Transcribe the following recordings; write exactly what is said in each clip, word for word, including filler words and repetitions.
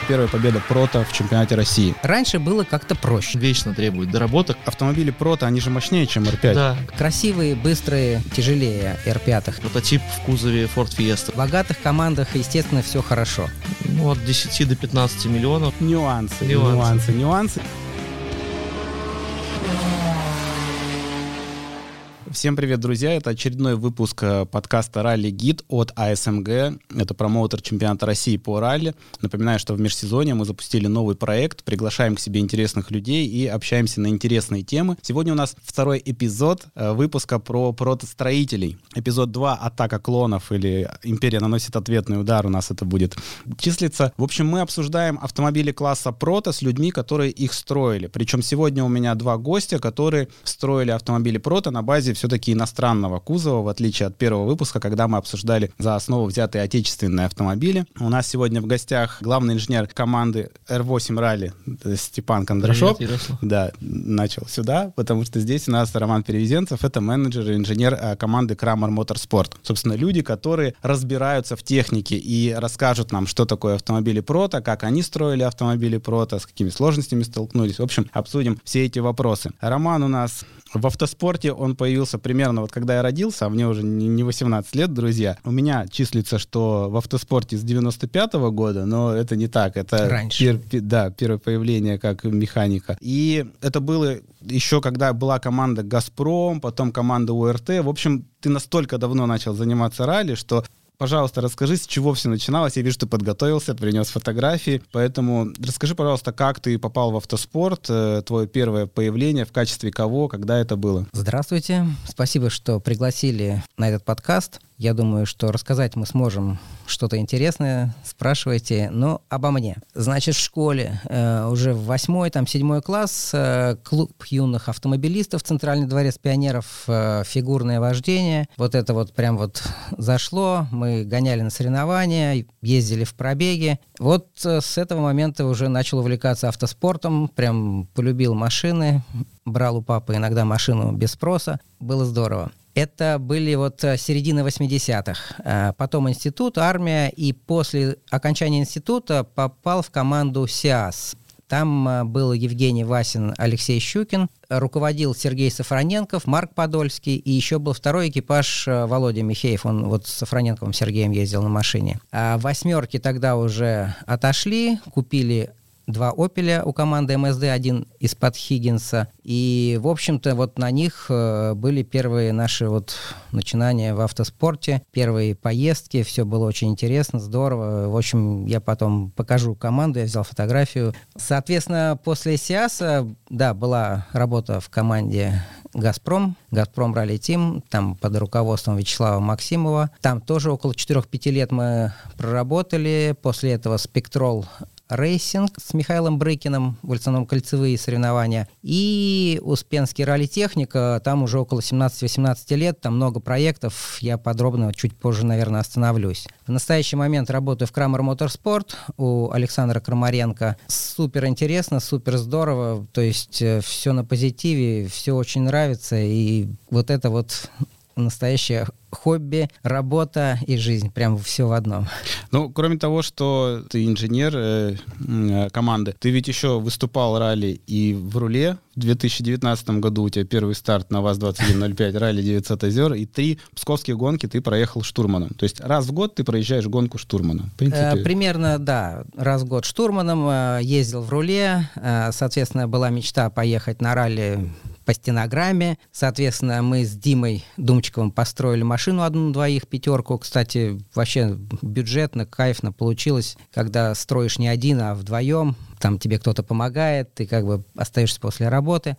первая победа Прото в чемпионате России. Раньше было как-то проще. Вечно требует доработок. Автомобили Прото, они же мощнее, чем эр пять. Да. Красивые, быстрые, тяжелее эр пять. Прототип в кузове Ford Fiesta. В богатых командах, естественно, все хорошо. Ну, от десяти до пятнадцати миллионов. Нюансы, Нюансы. нюансы, нюансы. Всем привет, друзья! Это очередной выпуск подкаста «Ралли Гид» от а эс эм гэ. Это промоутер чемпионата России по ралли. Напоминаю, что в межсезонье мы запустили новый проект, приглашаем к себе интересных людей и общаемся на интересные темы. Сегодня у нас второй эпизод выпуска про протостроителей. Эпизод два «Атака клонов» или «Империя наносит ответный удар», у нас это будет числиться. В общем, мы обсуждаем автомобили класса прото с людьми, которые их строили. Причем сегодня у меня два гостя, которые строили автомобили прото на базе все-таки иностранного кузова, в отличие от первого выпуска, когда мы обсуждали за основу взятые отечественные автомобили. У нас сегодня в гостях главный инженер команды эр восемь Ралли Степан Кондрашов. Привет, да, начал сюда, потому что здесь у нас Роман Перевезенцев, это менеджер и инженер команды Крамер Моторспорт. Собственно, люди, которые разбираются в технике и расскажут нам, что такое автомобили прото, как они строили автомобили прото, с какими сложностями столкнулись. В общем, обсудим все эти вопросы. Роман у нас в автоспорте, он появился примерно вот когда я родился, а мне уже не восемнадцать лет, друзья. У меня числится, что в автоспорте с девяносто пятого года, но это не так. Это раньше. Пер, да, первое появление как механика. И это было еще когда была команда «Газпром», потом команда у эр тэ. В общем, ты настолько давно начал заниматься ралли, что... Пожалуйста, расскажи, с чего все начиналось. Я вижу, что ты подготовился, принес фотографии. Поэтому расскажи, пожалуйста, как ты попал в автоспорт, твое первое появление, в качестве кого, когда это было? Здравствуйте. Спасибо, что пригласили на этот подкаст. Я думаю, что рассказать мы сможем что-то интересное. Спрашивайте, но обо мне. Значит, в школе э, уже в восьмой, там, седьмой класс, э, клуб юных автомобилистов, Центральный дворец пионеров, э, фигурное вождение. Вот это вот прям вот зашло. Мы гоняли на соревнования, ездили в пробеги. Вот э, с этого момента уже начал увлекаться автоспортом. Прям полюбил машины. Брал у папы иногда машину без спроса. Было здорово. Это были вот середины восьмидесятых. Потом институт, армия, и после окончания института попал в команду СИАС. Там был Евгений Васин, Алексей Щукин, руководил Сергей Сафроненков, Марк Подольский, и еще был второй экипаж Володя Михеев, он вот с Сафроненковым Сергеем ездил на машине. А восьмерки тогда уже отошли, купили два «Опеля» у команды эм эс дэ, один из-под Хиггинса. И, в общем-то, вот на них были первые наши вот начинания в автоспорте, первые поездки. Все было очень интересно, здорово. В общем, я потом покажу команду, я взял фотографию. Соответственно, после СИАСа, да, была работа в команде «Газпром», «Газпром Ралли Тим», там под руководством Вячеслава Максимова. Там тоже около четырех-пяти лет мы проработали. После этого «Спектрол Рейсинг» с Михаилом Брыкиным, в Ульцаном кольцевые соревнования. И Успенский ралли-техника, там уже около семнадцати-восемнадцати лет, там много проектов, я подробно чуть позже, наверное, остановлюсь. В настоящий момент работаю в Крамер Моторспорт у Александра Крамаренко. Супер интересно, супер здорово, то есть все на позитиве, все очень нравится, и вот это вот настоящее хобби, работа и жизнь. Прям все в одном. Ну, кроме того, что ты инженер э, э, команды, ты ведь еще выступал ралли и в руле. В две тысячи девятнадцатом году у тебя первый старт на ВАЗ двадцать один ноль пять ралли девятьсот озер, и три псковские гонки ты проехал штурманом. То есть раз в год ты проезжаешь гонку штурманом. В принципе... э, примерно, да. Раз в год штурманом, э, ездил в руле. Э, соответственно, была мечта поехать на ралли по стенограмме. Соответственно, мы с Димой Думчиковым построили машину одну-двоих, пятерку. Кстати, вообще бюджетно, кайфно получилось, когда строишь не один, а вдвоем. Там тебе кто-то помогает, ты как бы остаешься после работы.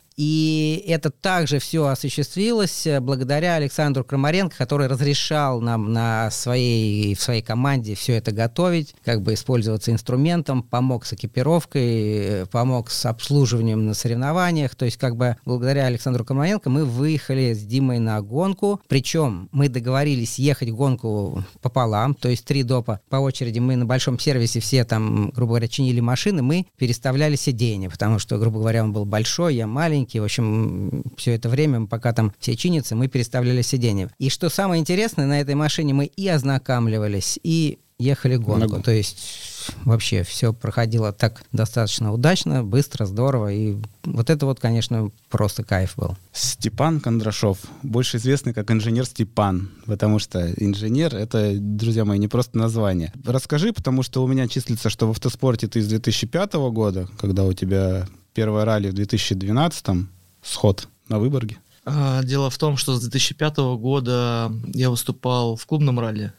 И это также все осуществилось благодаря Александру Крамаренко, который разрешал нам на своей, в своей команде все это готовить, как бы использоваться инструментом, помог с экипировкой, помог с обслуживанием на соревнованиях. То есть как бы благодаря Александру Крамаренко мы выехали с Димой на гонку. Причем мы договорились ехать гонку пополам, то есть три допа по очереди. Мы на большом сервисе все там, грубо говоря, чинили машины, мы переставляли сиденья, потому что, грубо говоря, он был большой, я маленький. В общем, все это время, пока там все чинятся, мы переставляли сиденья. И что самое интересное, на этой машине мы и ознакомливались, и ехали гонку. Могу. То есть вообще все проходило так достаточно удачно, быстро, здорово. И вот это вот, конечно, просто кайф был. Степан Кондрашов, больше известный как инженер Степан, потому что инженер — это, друзья мои, не просто название. Расскажи, потому что у меня числится, что в автоспорте ты с две тысячи пятого года, когда у тебя первое ралли в две тысячи двенадцатом, сход на Выборге. А, Дело в том, что с две тысячи пятого года я выступал в клубном ралли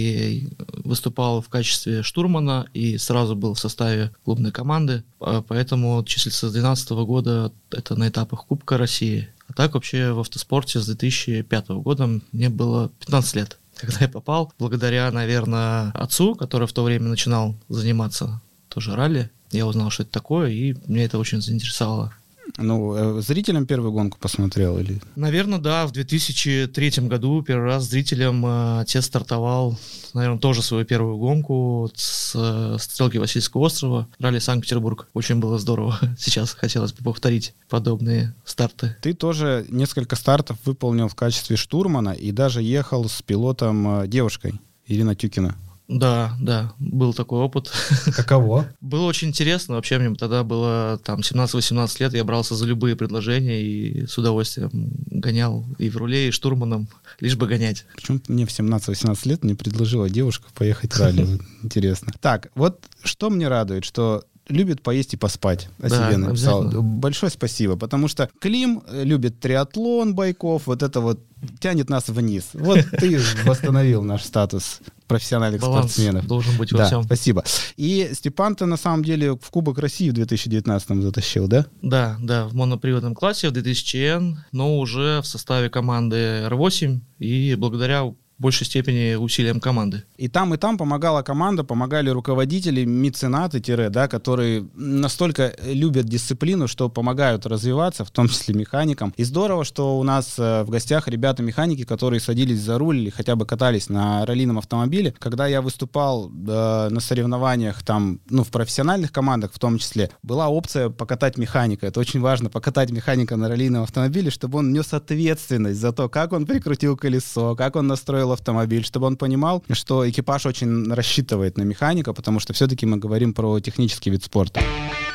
и выступал в качестве штурмана и сразу был в составе клубной команды, а поэтому числится с две тысячи двенадцатого года это на этапах Кубка России. А так вообще в автоспорте с две тысячи пятого года мне было пятнадцать лет, когда я попал. Благодаря, наверное, отцу, который в то время начинал заниматься тоже ралли, я узнал, что это такое, и меня это очень заинтересовало. Ну, э, зрителям первую гонку посмотрел или... Наверное, да. В две тысячи третьем году первый раз зрителям э, отец стартовал, наверное, тоже свою первую гонку с э, стрелки Васильского острова, ралли Санкт-Петербург. Очень было здорово. Сейчас хотелось бы повторить подобные старты. Ты тоже несколько стартов выполнил в качестве штурмана и даже ехал с пилотом э, девушкой, Ирина Тюкина. Да, да, был такой опыт. Каково? Было очень интересно. Вообще мне тогда было там семнадцать-восемнадцать лет, я брался за любые предложения и с удовольствием гонял и в руле, и штурманом, лишь бы гонять. Почему мне в семнадцать-восемнадцать лет не предложила девушка поехать в ралли? Интересно. Так, вот что мне радует, что любит поесть и поспать. О Да, себе написал. обязательно. Большое спасибо, потому что Клим любит триатлон байков, вот это вот тянет нас вниз. Вот ты восстановил наш статус профессиональных Баланс спортсменов. должен быть во Да, всем. спасибо. И Степан-то на самом деле в Кубок России в две тысячи девятнадцатом затащил, да? Да, да, в моноприводном классе в две тысячи Н, но уже в составе команды эр восемь и благодаря в большей степени усилиям команды. И там, и там помогала команда, помогали руководители, меценаты, тире, да, которые настолько любят дисциплину, что помогают развиваться, в том числе механикам. И здорово, что у нас э, в гостях ребята-механики, которые садились за руль или хотя бы катались на раллийном автомобиле. Когда я выступал э, на соревнованиях, там, ну, в профессиональных командах в том числе, была опция покатать механика. Это очень важно, покатать механика на раллийном автомобиле, чтобы он нес ответственность за то, как он прикрутил колесо, как он настроил автомобиль, чтобы он понимал, что экипаж очень рассчитывает на механика, потому что все-таки мы говорим про технический вид спорта.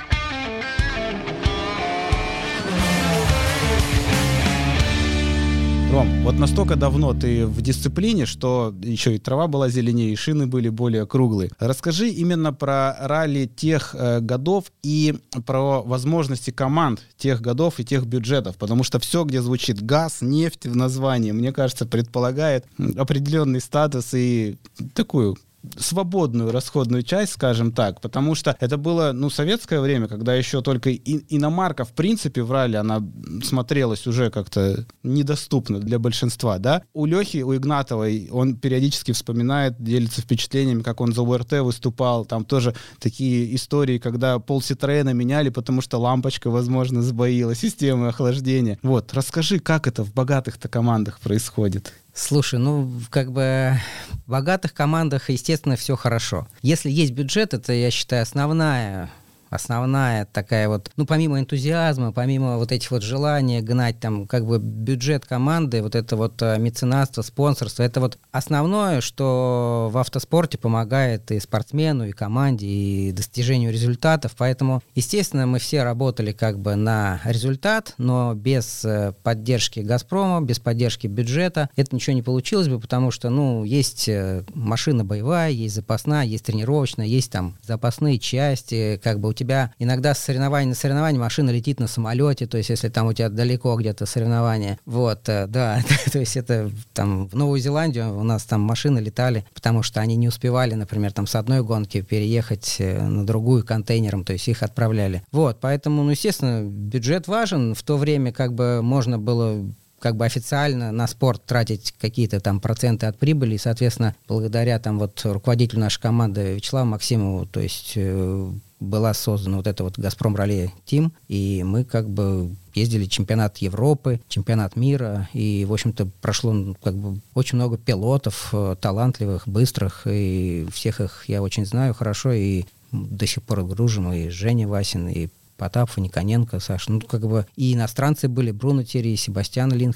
Ром, вот настолько давно ты в дисциплине, что еще и трава была зеленее, и шины были более круглые. Расскажи именно про ралли тех э, годов и про возможности команд тех годов и тех бюджетов, потому что все, где звучит газ, нефть в названии, мне кажется, предполагает определенный статус и такую свободную расходную часть, скажем так, потому что это было, ну, советское время, когда еще только и, иномарка, в принципе, в ралли, она смотрелась уже как-то недоступна для большинства, да. У Лехи, у Игнатовой, он периодически вспоминает, делится впечатлениями, как он за УРТ выступал, там тоже такие истории, когда пол Ситроена меняли, потому что лампочка, возможно, сбоила, системы охлаждения. Вот, расскажи, как это в богатых-то командах происходит? Слушай, ну, как бы в богатых командах, естественно, все хорошо. Если есть бюджет, это, я считаю, основная... Основная такая вот, ну, помимо энтузиазма, помимо вот этих вот желаний гнать там как бы бюджет команды, вот это вот меценатство, спонсорство, это вот основное, что в автоспорте помогает и спортсмену, и команде, и достижению результатов. Поэтому, естественно, мы все работали как бы на результат, но без поддержки «Газпрома», без поддержки бюджета это ничего не получилось бы, потому что, ну, есть машина боевая, есть запасная, есть тренировочная, есть там запасные части, как бы у тебя иногда с соревнования на соревнование машина летит на самолете, то есть если там у тебя далеко где-то соревнования, вот, да, то есть это там в Новую Зеландию у нас там машины летали, потому что они не успевали, например, там с одной гонки переехать на другую контейнером, то есть их отправляли. Вот, поэтому, ну, естественно, бюджет важен, в то время как бы можно было как бы официально на спорт тратить какие-то там проценты от прибыли, и, соответственно, благодаря там вот руководителю нашей команды Вячеславу Максимову, то есть э, была создана вот эта вот «Газпром Ралли Тим», и мы как бы ездили чемпионат Европы, чемпионат мира, и, в общем-то, прошло как бы очень много пилотов, э, талантливых, быстрых, и всех их я очень знаю хорошо, и до сих пор дружим, и Женя Васин, и Потапов, и Никоненко, Саша, ну, как бы и иностранцы были, Бруно Терри, Себастьян Линхельм,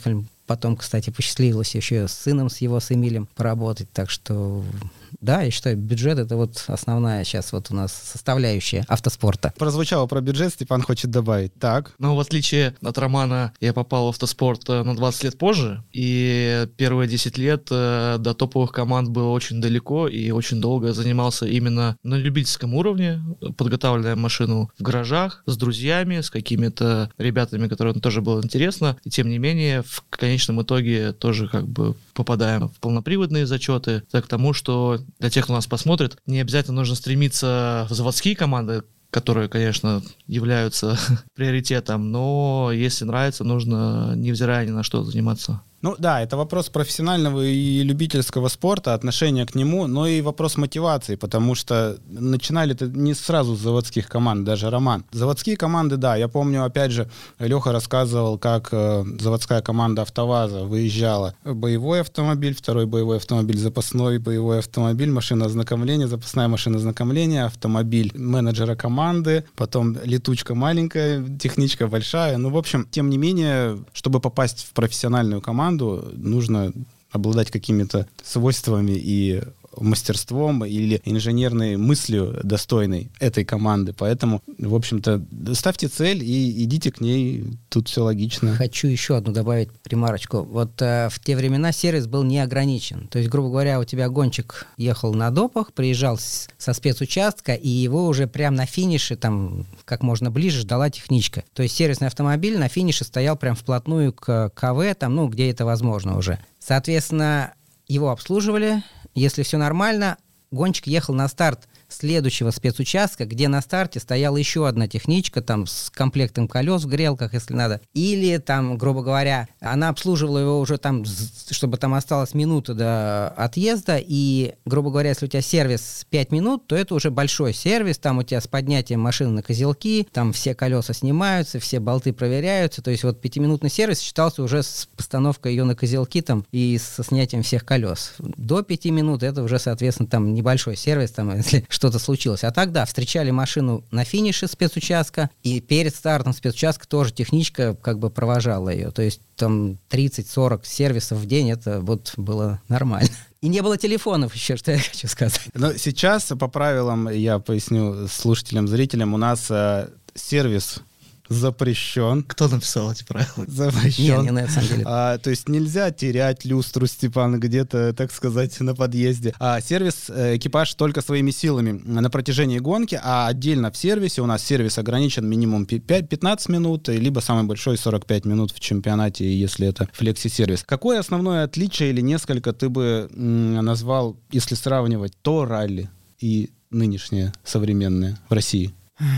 Потом, кстати, посчастливилось еще с сыном, с его, с Эмилем поработать. Так что, да, я считаю, бюджет — это вот основная сейчас вот у нас составляющая автоспорта. Прозвучало про бюджет, Степан хочет добавить. Так. Но в отличие от Романа, я попал в автоспорт на двадцать лет позже, и первые десять лет э, до топовых команд было очень далеко, и очень долго занимался именно на любительском уровне, подготавливая машину в гаражах, с друзьями, с какими-то ребятами, которым тоже было интересно, и тем не менее в конечном итоге тоже как бы попадаем в полноприводные зачеты. Так к тому, что для тех, кто нас посмотрит, не обязательно нужно стремиться в заводские команды, которые, конечно, являются приоритетом, но если нравится, нужно, невзирая ни на что, заниматься. Ну да, это вопрос профессионального и любительского спорта, отношения к нему, но и вопрос мотивации, потому что начинали это не сразу с заводских команд, даже Роман. Заводские команды, да, я помню, опять же, Леха рассказывал, как э, заводская команда АвтоВАЗа выезжала. Боевой автомобиль, второй боевой автомобиль, запасной боевой автомобиль, машина ознакомления, запасная машина ознакомления, автомобиль менеджера команды, потом летучка маленькая, техничка большая. Ну, в общем, тем не менее, чтобы попасть в профессиональную команду, нужно обладать какими-то свойствами и мастерством или инженерной мыслью достойной этой команды. Поэтому, в общем-то, ставьте цель и идите к ней. Тут все логично. Хочу еще одну добавить ремарочку. Вот э, в те времена сервис был не ограничен. То есть, грубо говоря, у тебя гонщик ехал на допах, приезжал с, со спецучастка, и его уже прямо на финише, там, как можно ближе, ждала техничка. То есть сервисный автомобиль на финише стоял прям вплотную к КВ, там, ну, где это возможно уже. Соответственно, его обслуживали. Если все нормально, гонщик ехал на старт следующего спецучастка, где на старте стояла еще одна техничка, там, с комплектом колес в грелках, если надо. Или, там, грубо говоря, она обслуживала его уже там, чтобы там осталась минута до отъезда, и, грубо говоря, если у тебя сервис пять минут, то это уже большой сервис, там у тебя с поднятием машины на козелки, там все колеса снимаются, все болты проверяются, то есть вот пятиминутный сервис считался уже с постановкой ее на козелки там и со снятием всех колес. До пяти минут это уже, соответственно, там небольшой сервис, там, если что-то случилось. А тогда встречали машину на финише спецучастка, и перед стартом спецучастка тоже техничка как бы провожала ее. То есть там тридцать-сорок сервисов в день, это вот было нормально. И не было телефонов еще, что я хочу сказать. Но сейчас, по правилам, я поясню слушателям, зрителям, у нас э, сервис запрещен. Кто написал эти правила? Запрещен. Не, не, на самом деле. А, то есть нельзя терять люстру, Степан, где-то, так сказать, на подъезде. А сервис, экипаж только своими силами на протяжении гонки, а отдельно в сервисе у нас сервис ограничен минимум пятнадцать минут, либо самый большой сорок пять минут в чемпионате, если это флекси-сервис. Какое основное отличие или несколько ты бы м, назвал, если сравнивать то ралли и нынешнее современное в России?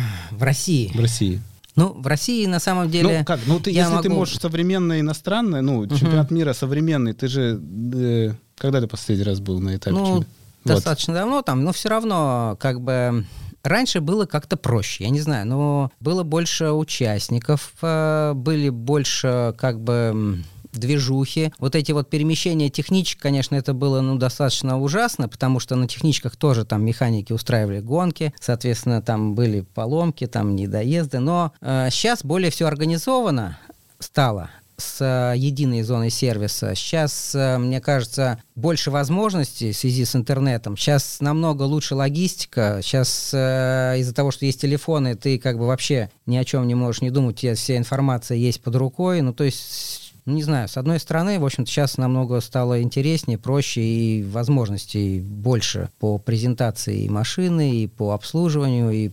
В России? В России. Ну, в России на самом деле... Ну, как? Ну, ты, если могу... ты можешь современное иностранное, ну, uh-huh. чемпионат мира современный, ты же... Э, когда ты последний раз был на этапе? Ну, чемпионата? достаточно вот. давно там, но все равно, как бы... Раньше было как-то проще, я не знаю, но было больше участников, были больше, как бы... движухи. Вот эти вот перемещения техничек, конечно, это было, ну, достаточно ужасно, потому что на техничках тоже там механики устраивали гонки, соответственно, там были поломки, там недоезды, но э, сейчас более все организовано стало с э, единой зоной сервиса. Сейчас, э, мне кажется, больше возможностей в связи с интернетом. Сейчас намного лучше логистика. Сейчас э, из-за того, что есть телефоны, ты как бы вообще ни о чем не можешь не думать, у тебя вся информация есть под рукой. Ну, то есть... Ну, не знаю, с одной стороны, в общем-то, сейчас намного стало интереснее, проще и возможностей больше по презентации машины, и по обслуживанию, и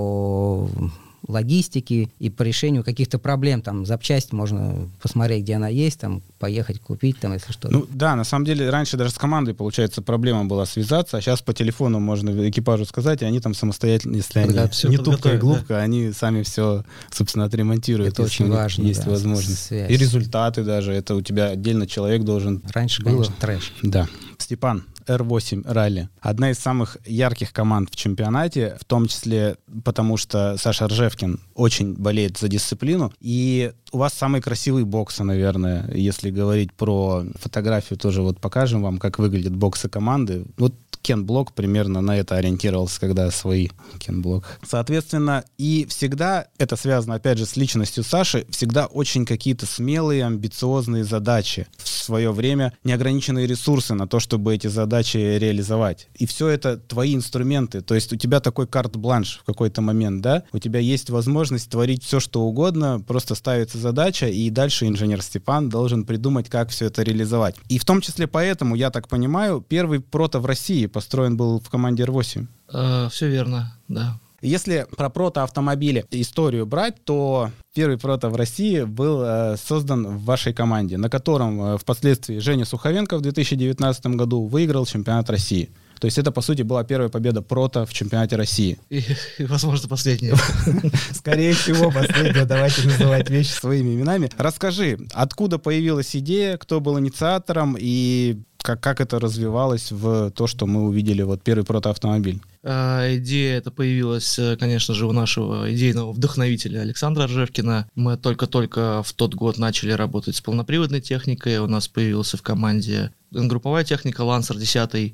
по логистике, и по решению каких-то проблем. Там запчасть можно посмотреть, где она есть, там поехать купить, там, если что. Ну да, на самом деле, раньше даже с командой, получается, проблема была связаться, а сейчас по телефону можно экипажу сказать, и они там самостоятельно, если они не тупка и глупка, да. Они сами все, собственно, отремонтируют. Это очень важно. Есть да, возможность. Связь. И результаты даже, это у тебя отдельно человек должен... Раньше, было. Конечно, трэш. Да. Степан, эр восемь ралли. Одна из самых ярких команд в чемпионате, в том числе потому, что Саша Ржевкин очень болеет за дисциплину. И у вас самые красивые боксы, наверное, если говорить про фотографию, тоже вот покажем вам, как выглядят боксы команды. Вот Кен Блок примерно на это ориентировался, когда свои Кен Блок. Соответственно, и всегда это связано, опять же, с личностью Саши, всегда очень какие-то смелые, амбициозные задачи. В свое время неограниченные ресурсы на то, чтобы эти задачи реализовать. И все это твои инструменты. То есть у тебя такой карт-бланш в какой-то момент, да? У тебя есть возможность творить все, что угодно, просто ставится задача, и дальше инженер Степан должен придумать, как все это реализовать. И в том числе поэтому, я так понимаю, первый прото в России построен был в команде эр восемь. Э, все верно, да. Если про прото-автомобили историю брать, то первый прото в России был э, создан в вашей команде, на котором э, впоследствии Женя Суховенко в две тысячи девятнадцатом году выиграл чемпионат России. То есть это, по сути, была первая победа прото в чемпионате России. И, и возможно, последняя. Скорее всего, последняя. Давайте называть вещи своими именами. Расскажи, откуда появилась идея, кто был инициатором и как, как это развивалось в то, что мы увидели, вот первый прото-автомобиль? А, идея эта появилась, конечно же, у нашего идейного вдохновителя Александра Ржевкина. Мы только-только в тот год начали работать с полноприводной техникой. У нас появился в команде групповая техника Lancer десять.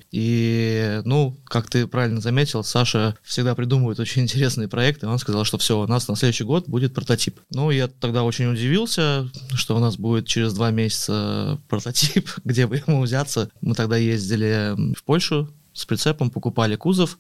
И, ну, как ты правильно заметил, Саша всегда придумывает очень интересные проекты. Он сказал, что все, у нас на следующий год будет прототип. Ну, я тогда очень удивился, что у нас будет через два месяца прототип, где бы ему взяться. Мы тогда ездили в Польшу с прицепом, покупали кузов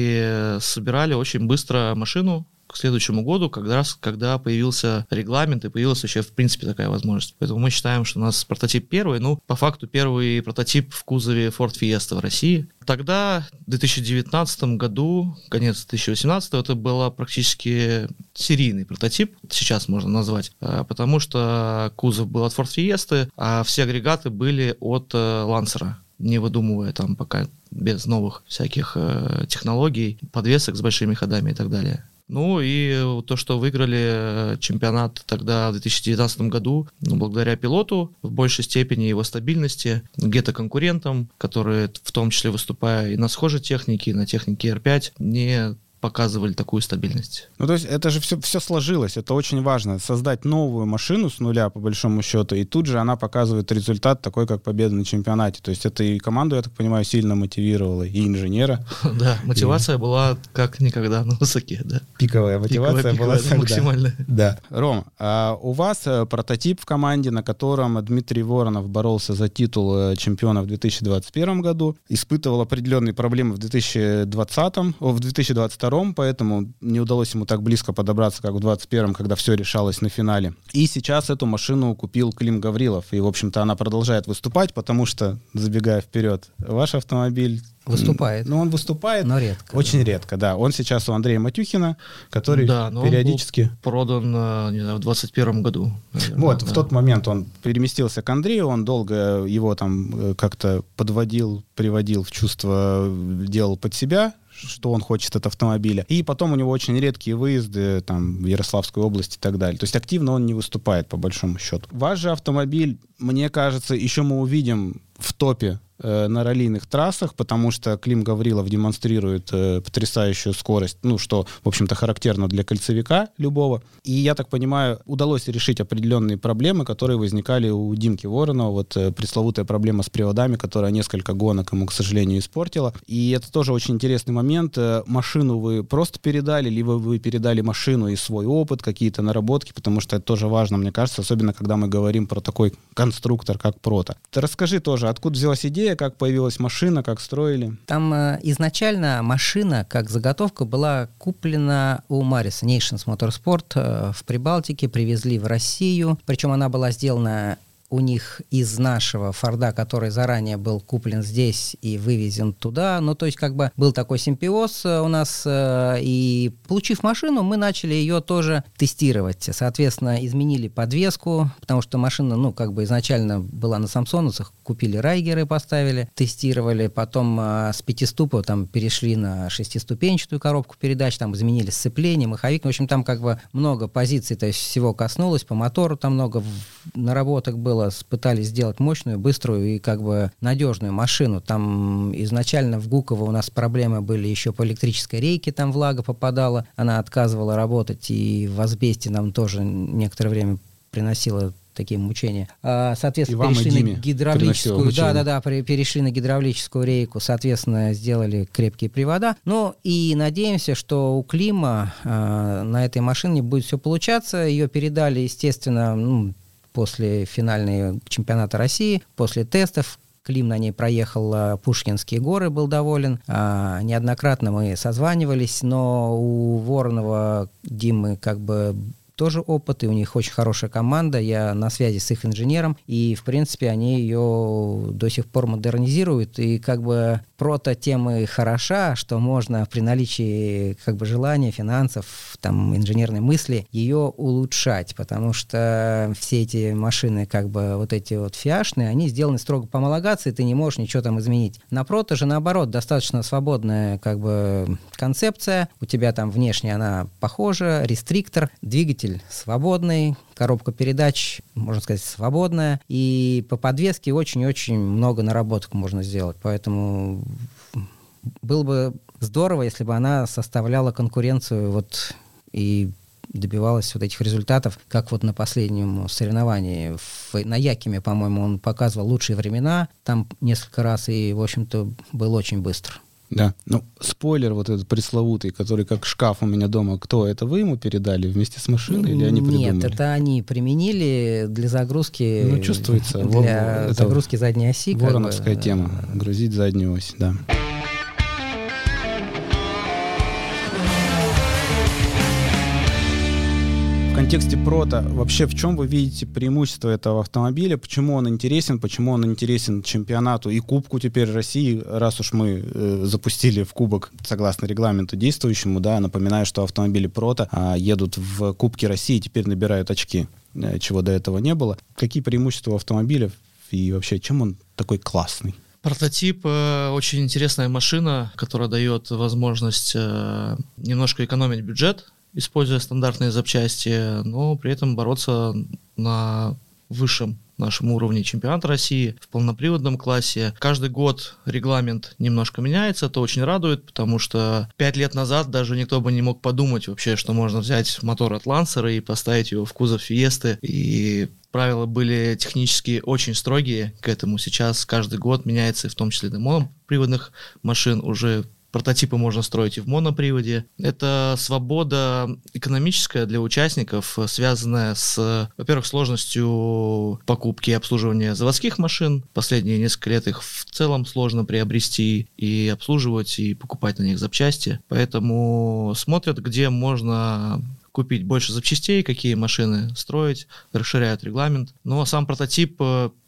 и собирали очень быстро машину к следующему году, как раз когда появился регламент и появилась вообще в принципе такая возможность. Поэтому мы считаем, что у нас прототип первый, ну, по факту первый прототип в кузове Ford Fiesta в России. Тогда, в две тысячи девятнадцатом году, конец две тысячи восемнадцатого, это был практически серийный прототип, сейчас можно назвать, потому что кузов был от Ford Fiesta, а все агрегаты были от Lancer, не выдумывая там пока без новых всяких э, технологий, подвесок с большими ходами и так далее. Ну и то, что выиграли чемпионат тогда в две тысячи девятнадцатом году, ну, благодаря пилоту, в большей степени его стабильности, где-то конкурентам, которые в том числе выступая и на схожей технике, и на технике эр пять, не показывали такую стабильность. Ну, то есть это же все, все сложилось, это очень важно. Создать новую машину с нуля, по большому счету, и тут же она показывает результат такой, как победа на чемпионате. То есть это и команду, я так понимаю, сильно мотивировало, и инженера. Да, мотивация была как никогда на высоке, да. Пиковая мотивация была тогда. Максимальная. Да. Ром, а у вас прототип в команде, на котором Дмитрий Воронов боролся за титул чемпиона в две тысячи двадцать первом году, испытывал определенные проблемы в две тысячи двадцатом, в две тысячи двадцать втором, поэтому не удалось ему так близко подобраться, как в двадцать первом, когда все решалось на финале. И сейчас эту машину купил Клим Гаврилов. И, в общем-то, она продолжает выступать, потому что, забегая вперед, ваш автомобиль... Выступает. Ну, он выступает. Но редко. Очень да. редко, да. Он сейчас у Андрея Матюхина, который да, периодически... Он был продан, не знаю, в двадцать первом году. Наверное, вот, да. в тот момент он переместился к Андрею, он долго его там как-то подводил, приводил в чувство, делал под себя, что он хочет от автомобиля. И потом у него очень редкие выезды там, в Ярославскую область и так далее. То есть активно он не выступает, по большому счету. Ваш же автомобиль, мне кажется, еще мы увидим в топе э, на раллийных трассах, потому что Клим Гаврилов демонстрирует э, потрясающую скорость, ну, что, в общем-то, характерно для кольцевика любого. И, я так понимаю, удалось решить определенные проблемы, которые возникали у Димки Воронова. Вот э, пресловутая проблема с приводами, которая несколько гонок ему, к сожалению, испортила. И это тоже очень интересный момент. Э, машину вы просто передали, либо вы передали машину и свой опыт, какие-то наработки, потому что это тоже важно, мне кажется, особенно когда мы говорим про такой конструктор, как Прото. Ты расскажи тоже, откуда взялась идея, как появилась машина, как строили? Там э, изначально машина, как заготовка, была куплена у Марис Nations Motorsport э, в Прибалтике, привезли в Россию, причем она была сделана у них из нашего Форда, который заранее был куплен здесь и вывезен туда. Ну, то есть, как бы был такой симбиоз у нас, и получив машину, мы начали ее тоже тестировать. Соответственно, изменили подвеску, потому что машина, ну, как бы изначально была на самсонусах, купили райгеры, поставили, тестировали, потом с пятиступа там перешли на шестиступенчатую коробку передач, там изменили сцепление, маховик. В общем, там как бы много позиций, то есть всего коснулось, по мотору там много наработок было, пытались сделать мощную, быструю и как бы надежную машину. Там изначально в Гуково у нас проблемы были еще по электрической рейке, там влага попадала, она отказывала работать, и в асбесте нам тоже некоторое время приносила такие мучения. А, соответственно, и вам, перешли и Диме на гидравлическую, да-да-да, мучения. перешли на гидравлическую рейку, соответственно, сделали крепкие привода. Ну и надеемся, что у Клима а, на этой машине будет все получаться. Ее передали, естественно, ну, после финального чемпионата России, после тестов. Клим на ней проехал Пушкинские горы, был доволен. А, неоднократно мы созванивались, но у Воронова Димы как бы тоже опыт, и у них очень хорошая команда, я на связи с их инженером, и, в принципе, они ее до сих пор модернизируют, и как бы прото-тема хороша, что можно при наличии как бы желания, финансов, там, инженерной мысли ее улучшать, потому что все эти машины, как бы вот эти вот фиашные, они сделаны строго по homологации, ты не можешь ничего там изменить. На прото же, наоборот, достаточно свободная как бы концепция, у тебя там внешне она похожа, рестриктор, двигатель свободный, коробка передач, можно сказать, свободная, и по подвеске очень-очень много наработок можно сделать, поэтому было бы здорово, если бы она составляла конкуренцию вот и добивалась вот этих результатов, как вот на последнем соревновании. В, на Якиме, по-моему, он показывал лучшие времена, там несколько раз, и, в общем-то, был очень быстр. Да, ну, спойлер вот этот пресловутый, который как шкаф у меня дома, кто это, вы ему передали вместе с машиной или они придумали? Нет, это они применили для загрузки, ну, чувствуется, для это загрузки задней оси. Вороновская как бы, тема, грузить заднюю ось, да. В контексте прото, вообще в чем вы видите преимущество этого автомобиля, почему он интересен, почему он интересен чемпионату и Кубку теперь России, раз уж мы э, запустили в Кубок согласно регламенту действующему, да, напоминаю, что автомобили прото а, едут в Кубке России и теперь набирают очки, э, чего до этого не было. Какие преимущества автомобиля и вообще чем он такой классный? Прототип э, очень интересная машина, которая дает возможность э, немножко экономить бюджет, используя стандартные запчасти, но при этом бороться на высшем нашем уровне чемпионата России в полноприводном классе. Каждый год регламент немножко меняется, это очень радует, потому что пять лет назад даже никто бы не мог подумать вообще, что можно взять мотор от Лансера и поставить его в кузов Фиесты, и правила были технически очень строгие к этому. Сейчас каждый год меняется, в том числе для моноприводных машин, уже прототипы можно строить и в моноприводе. Это свобода экономическая для участников, связанная с, во-первых, сложностью покупки и обслуживания заводских машин. Последние несколько лет их в целом сложно приобрести и обслуживать, и покупать на них запчасти. Поэтому смотрят, где можно купить больше запчастей, какие машины строить, расширяют регламент. Ну а сам прототип,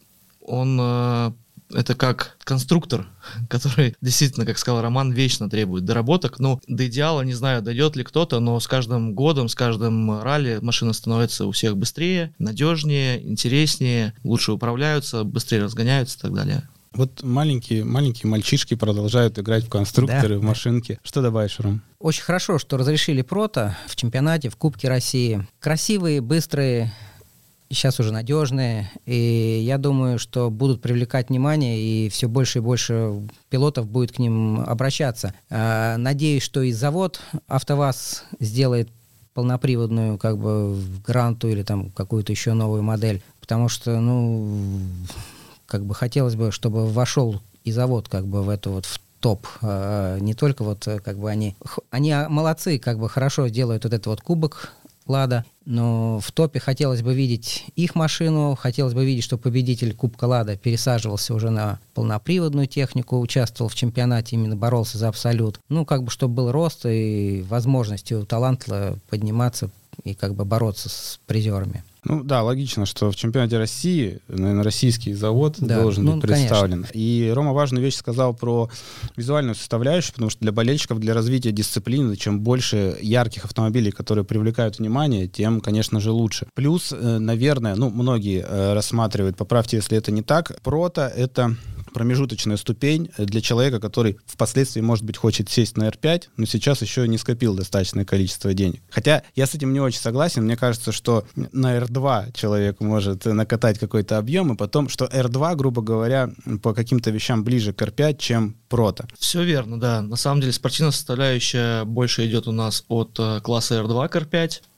он... Это как конструктор, который действительно, как сказал Роман, вечно требует доработок. Ну, до идеала, не знаю, дойдет ли кто-то, но с каждым годом, с каждым ралли машины становятся у всех быстрее, надежнее, интереснее, лучше управляются, быстрее разгоняются и так далее. Вот маленькие, маленькие мальчишки продолжают играть в конструкторы, да, в машинки. Что добавишь, Ром? Очень хорошо, что разрешили прото в чемпионате, в Кубке России. Красивые, быстрые, сейчас уже надежные, и я думаю, что будут привлекать внимание, и все больше и больше пилотов будет к ним обращаться. Надеюсь, что и завод АвтоВАЗ сделает полноприводную как бы Гранту или там какую-то еще новую модель, потому что, ну, как бы хотелось бы, чтобы вошел и завод как бы в эту вот в топ. Не только вот как бы они... Они молодцы, как бы хорошо делают вот этот вот кубок Лада, но в топе хотелось бы видеть их машину, хотелось бы видеть, что победитель Кубка Лада пересаживался уже на полноприводную технику, участвовал в чемпионате, именно боролся за абсолют. Ну, как бы, чтобы был рост и возможность у таланта подниматься и как бы бороться с призерами. Ну да, логично, что в чемпионате России, наверное, российский завод да, должен ну, быть представлен. Конечно. И Рома важную вещь сказал про визуальную составляющую, потому что для болельщиков, для развития дисциплины, чем больше ярких автомобилей, которые привлекают внимание, тем, конечно же, лучше. Плюс, наверное, ну, многие рассматривают, поправьте, если это не так, прото — это промежуточная ступень для человека, который впоследствии, может быть, хочет сесть на эр пять, но сейчас еще не скопил достаточное количество денег. Хотя я с этим не очень согласен. Мне кажется, что на эр два человек может накатать какой-то объем, и потом, что эр два, грубо говоря, по каким-то вещам ближе к эр пять, чем прото. Все верно, да. На самом деле спортивная составляющая больше идет у нас от класса эр два к эр пять.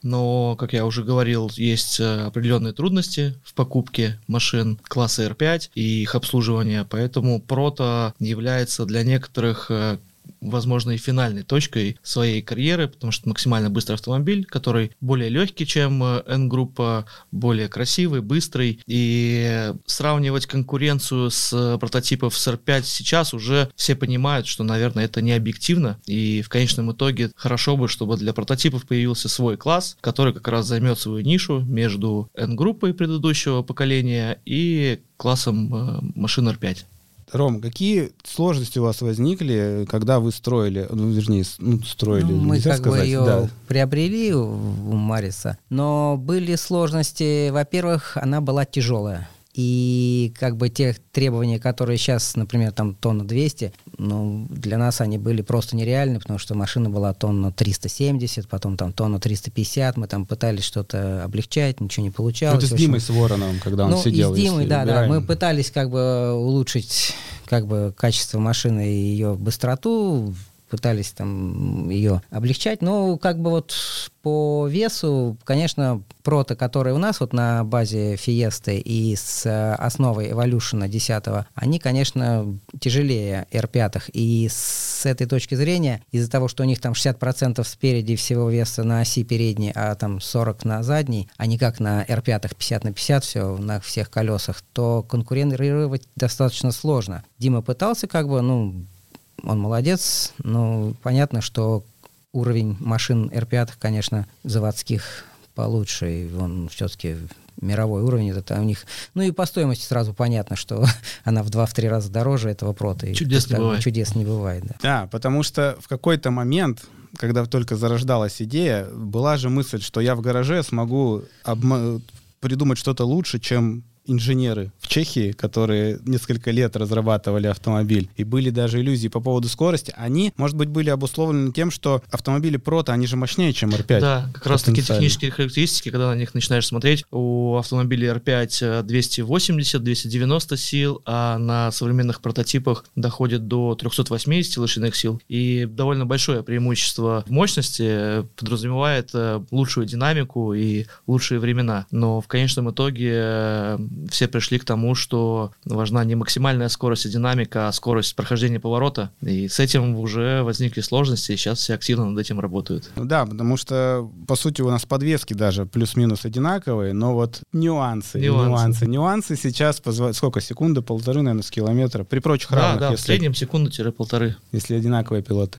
но, как я уже говорил, есть определенные трудности в покупке машин класса эр пять и их обслуживания, поэтому Прото является для некоторых, возможно, и финальной точкой своей карьеры, потому что максимально быстрый автомобиль, который более легкий, чем N-группа, более красивый, быстрый, и сравнивать конкуренцию с прототипов с эр пять сейчас уже все понимают, что, наверное, это не объективно, и в конечном итоге хорошо бы, чтобы для прототипов появился свой класс, который как раз займет свою нишу между N-группой предыдущего поколения и классом машин эр пять. Ром, какие сложности у вас возникли, когда вы строили, ну, вернее, ну, строили, ну, мы как сказать, бы ее да. приобрели у, у Мариса, но были сложности. Во-первых, она была тяжелая. И как бы те требования, которые сейчас, например, там тонна двести, ну, для нас они были просто нереальны, потому что машина была тонна триста семьдесят, потом там тонна триста пятьдесят, мы там пытались что-то облегчать, ничего не получалось. Ну, это с Димой Свороновым, когда он ну, сидел. Ну, и с Димой, да, убираем. да, мы пытались как бы улучшить как бы качество машины и ее быстроту, пытались там ее облегчать, но как бы вот по весу, конечно, Прото, которые у нас вот на базе Фиесты и с основой Evolution десять, они, конечно, тяжелее эр пять, и с этой точки зрения, из-за того, что у них там шестьдесят процентов спереди всего веса на оси передней, а там сорок процентов на задней, а не как на эр пять пятьдесят на пятьдесят все на всех колесах, то конкурировать достаточно сложно. Дима пытался как бы, ну, он молодец, но понятно, что уровень машин эр пять, конечно, заводских получше, и он все-таки мировой уровень, это у них, ну и по стоимости сразу понятно, что она в два-три раза дороже этого Прото. Чудес не бывает. Чудес не бывает, да. Да, потому что в какой-то момент, когда только зарождалась идея, была же мысль, что я в гараже смогу обма- придумать что-то лучше, чем инженеры в Чехии, которые несколько лет разрабатывали автомобиль, и были даже иллюзии по поводу скорости, они, может быть, были обусловлены тем, что автомобили Прото, они же мощнее, чем эр пять. Да, как раз таки технические характеристики, когда на них начинаешь смотреть, у автомобилей эр пять двести восемьдесят - двести девяносто сил, а на современных прототипах доходит до триста восемьдесят лошадиных сил, и довольно большое преимущество в мощности подразумевает лучшую динамику и лучшие времена, но в конечном итоге все пришли к тому, что важна не максимальная скорость и динамика, а скорость прохождения поворота. И с этим уже возникли сложности, и сейчас все активно над этим работают. Да, потому что, по сути, у нас подвески даже плюс-минус одинаковые, но вот нюансы, нюансы, нюансы, нюансы сейчас позволяют... Сколько? Секунды, полторы, наверное, с километра? При прочих да, равных. Да, если, в среднем секунду-полторы. Если одинаковые пилоты.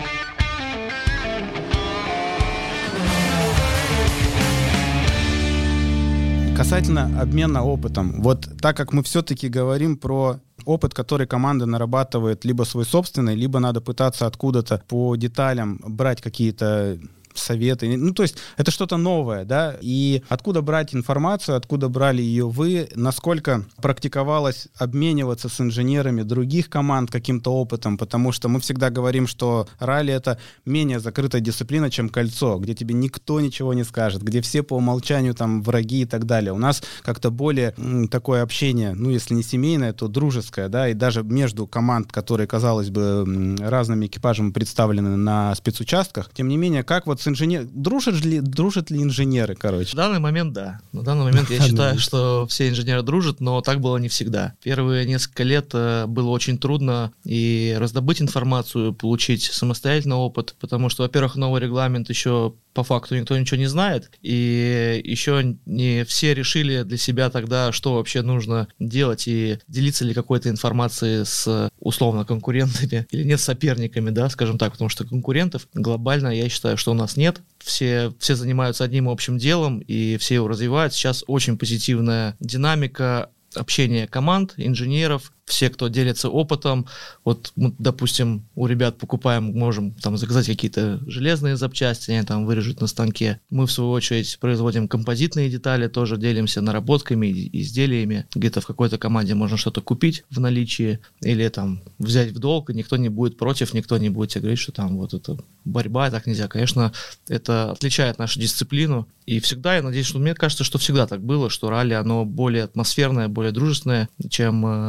Касательно обмена опытом, вот так как мы все-таки говорим про опыт, который команда нарабатывает либо свой собственный, либо надо пытаться откуда-то по деталям брать какие-то советы. Ну, то есть это что-то новое, да, и откуда брать информацию, откуда брали ее вы, насколько практиковалось обмениваться с инженерами других команд каким-то опытом, потому что мы всегда говорим, что ралли — это менее закрытая дисциплина, чем кольцо, где тебе никто ничего не скажет, где все по умолчанию там враги и так далее. У нас как-то более м, такое общение, ну, если не семейное, то дружеское, да, и даже между команд, которые, казалось бы, м, разными экипажами представлены на спецучастках, тем не менее, как вот с инженерами, дружат ли, дружат ли инженеры, короче? В данный момент, да. На данный момент я считаю, что все инженеры дружат, но так было не всегда. Первые несколько лет было очень трудно и раздобыть информацию, получить самостоятельно опыт, потому что, во-первых, новый регламент еще по факту никто ничего не знает, и еще не все решили для себя тогда, что вообще нужно делать, и делиться ли какой-то информацией с, условно, конкурентами или нет, соперниками, да, скажем так, потому что конкурентов глобально, я считаю, что у нас нет. Все, все занимаются одним общим делом, и все его развивают. Сейчас очень позитивная динамика общения команд, инженеров, все, кто делится опытом. Вот мы, допустим, у ребят покупаем, можем там заказать какие-то железные запчасти, они там вырежут на станке. Мы, в свою очередь, производим композитные детали, тоже делимся наработками, изделиями. Где-то в какой-то команде можно что-то купить в наличии или там взять в долг, и никто не будет против, никто не будет тебе говорить, что там вот это борьба, так нельзя. Конечно, это отличает нашу дисциплину. И всегда, я надеюсь, что мне кажется, что всегда так было, что ралли, оно более атмосферное, более дружественное, чем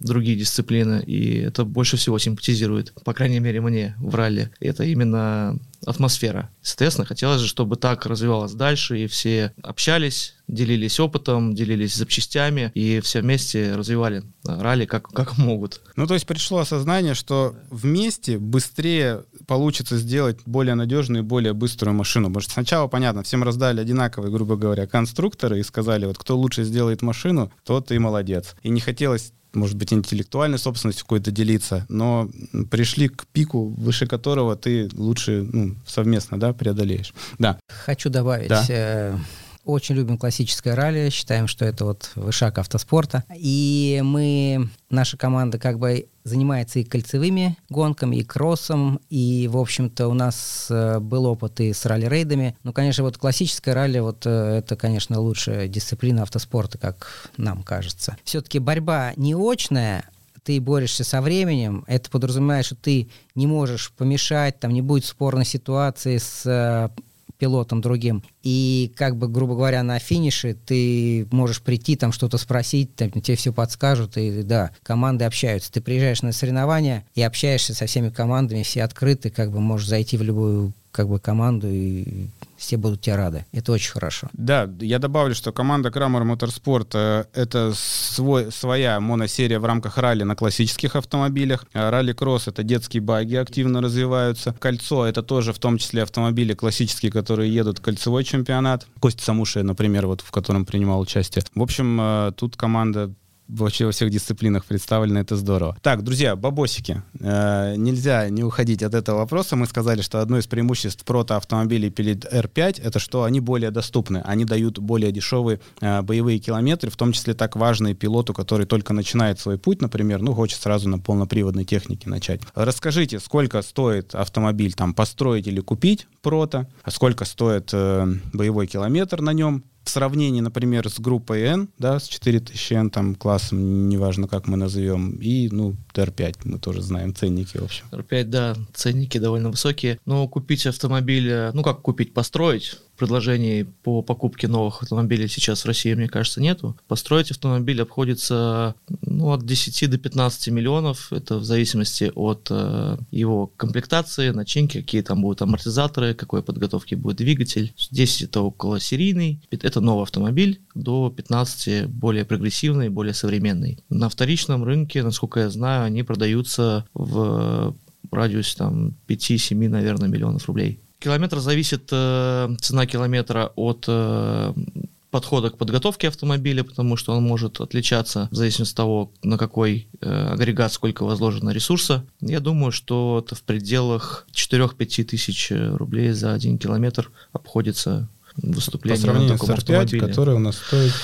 другие дисциплины, и это больше всего симпатизирует, по крайней мере, мне в ралли. Это именно атмосфера. Соответственно, хотелось же, чтобы так развивалось дальше, и все общались, делились опытом, делились запчастями, и все вместе развивали ралли как, как могут. Ну, то есть пришло осознание, что вместе быстрее получится сделать более надежную и более быструю машину. Потому что сначала, понятно, всем раздали одинаковые, грубо говоря, конструкторы и сказали, вот кто лучше сделает машину, тот и молодец. И не хотелось, может быть, интеллектуальной собственностью какой-то делиться, но пришли к пику, выше которого ты лучше ну, совместно да, преодолеешь. Да. Хочу добавить. Да. Э- Очень любим классическое ралли, считаем, что это вот вышаг автоспорта. И мы, наша команда как бы занимается и кольцевыми гонками, и кроссом, и, в общем-то, у нас э, был опыт и с ралли-рейдами. Ну, конечно, вот классическое ралли, вот э, это, конечно, лучшая дисциплина автоспорта, как нам кажется. Все-таки борьба не очная, ты борешься со временем, это подразумевает, что ты не можешь помешать, там не будет спорной ситуации с э, пилотом другим. И, как бы, грубо говоря, на финише ты можешь прийти, там что-то спросить, там, тебе все подскажут, и да, команды общаются. Ты приезжаешь на соревнования и общаешься со всеми командами, все открыты, как бы можешь зайти в любую как бы команду, и все будут тебе рады. Это очень хорошо. Да, я добавлю, что команда Крамер Моторспорт э, это свой, своя моносерия в рамках ралли на классических автомобилях. Ралли-кросс — это детские баги, активно развиваются. Кольцо — это тоже в том числе автомобили классические, которые едут в кольцевой чемпионат. Костя Самуши, например, вот в котором принимал участие. В общем, э, тут команда вообще во всех дисциплинах представлено, это здорово. Так, друзья, бабосики. Э, нельзя не уходить от этого вопроса. Мы сказали, что одно из преимуществ прото-автомобилей перед эр пять это что они более доступны. Они дают более дешевые э, боевые километры, в том числе так важные пилоту, который только начинает свой путь, например, ну, хочет сразу на полноприводной технике начать. Расскажите, сколько стоит автомобиль там построить или купить прото, а сколько стоит э, боевой километр на нем, в сравнении, например, с группой N, да, с четыре тысячи N, там, классом, неважно, как мы назовем, и, ну, эр пять, мы тоже знаем ценники, в общем. эр пять, да, ценники довольно высокие, но купить автомобиль, ну, как купить, построить, предложений по покупке новых автомобилей сейчас в России, мне кажется, нету. Построить автомобиль обходится, ну, от десяти до пятнадцати миллионов, это в зависимости от э, его комплектации, начинки, какие там будут амортизаторы, какой подготовки будет двигатель. Здесь это около серийный, это новый автомобиль, до пятнадцати более прогрессивный, более современный. На вторичном рынке, насколько я знаю, они продаются в радиусе там пяти-семи, наверное, миллионов рублей. Километр зависит, э, цена километра от э, подхода к подготовке автомобиля, потому что он может отличаться в зависимости от того, на какой э, агрегат сколько возложено ресурса. Я думаю, что это в пределах четыре-пять тысяч рублей за один километр обходится выступление по сравнению на таком с эр пять, автомобиле. который у нас стоит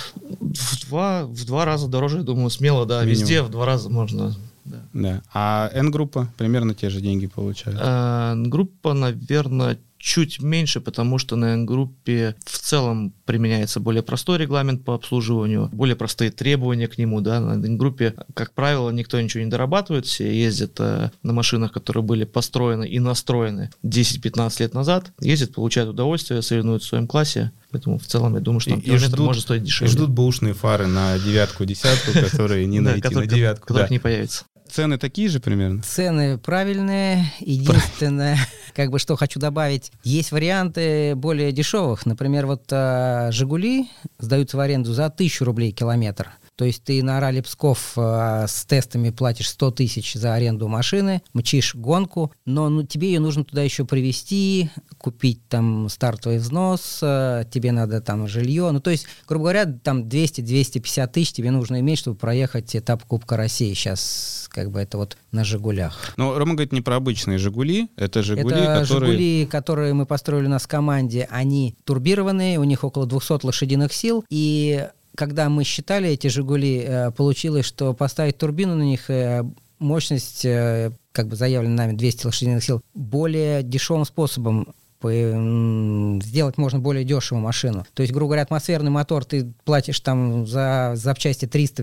в два, в два раза дороже, я думаю, смело, да, минимум. Везде в два раза можно. Да. Да. А N-группа примерно те же деньги получает? А, группа, наверное, чуть меньше, потому что на N-группе в целом применяется более простой регламент по обслуживанию, более простые требования к нему. Да. На N-группе, как правило, никто ничего не дорабатывает, все ездят э, на машинах, которые были построены и настроены десять-пятнадцать лет назад, ездят, получают удовольствие, соревнуются в своем классе. Поэтому в целом я думаю, что и, километр и ждут, может стоить дешевле. И ждут бэушные фары на девятку, десятку, которые не найти на девятку. Которых не появится. Цены такие же примерно? Цены правильные. Единственное, как бы что хочу добавить, есть варианты более дешевых. Например, вот а, «Жигули» сдаются в аренду за тысячу рублей километр. То есть ты на ралли Псков а, с тестами платишь сто тысяч за аренду машины, мчишь гонку, но ну, тебе ее нужно туда еще привезти, купить там стартовый взнос, а, тебе надо там жилье. Ну, то есть, грубо говоря, там двести-двести пятьдесят тысяч тебе нужно иметь, чтобы проехать этап Кубка России. Сейчас как бы это вот на «Жигулях». Ну, Рома говорит не про обычные «Жигули», это «Жигули», это которые... «Жигули», которые мы построили у нас в команде, они турбированные, у них около двухсот лошадиных сил, и когда мы считали эти «Жигули», получилось, что поставить турбину на них, мощность, как бы заявлена нами, двести лошадиных сил, более дешевым способом сделать можно более дешевую машину. То есть, грубо говоря, атмосферный мотор ты платишь там за запчасти триста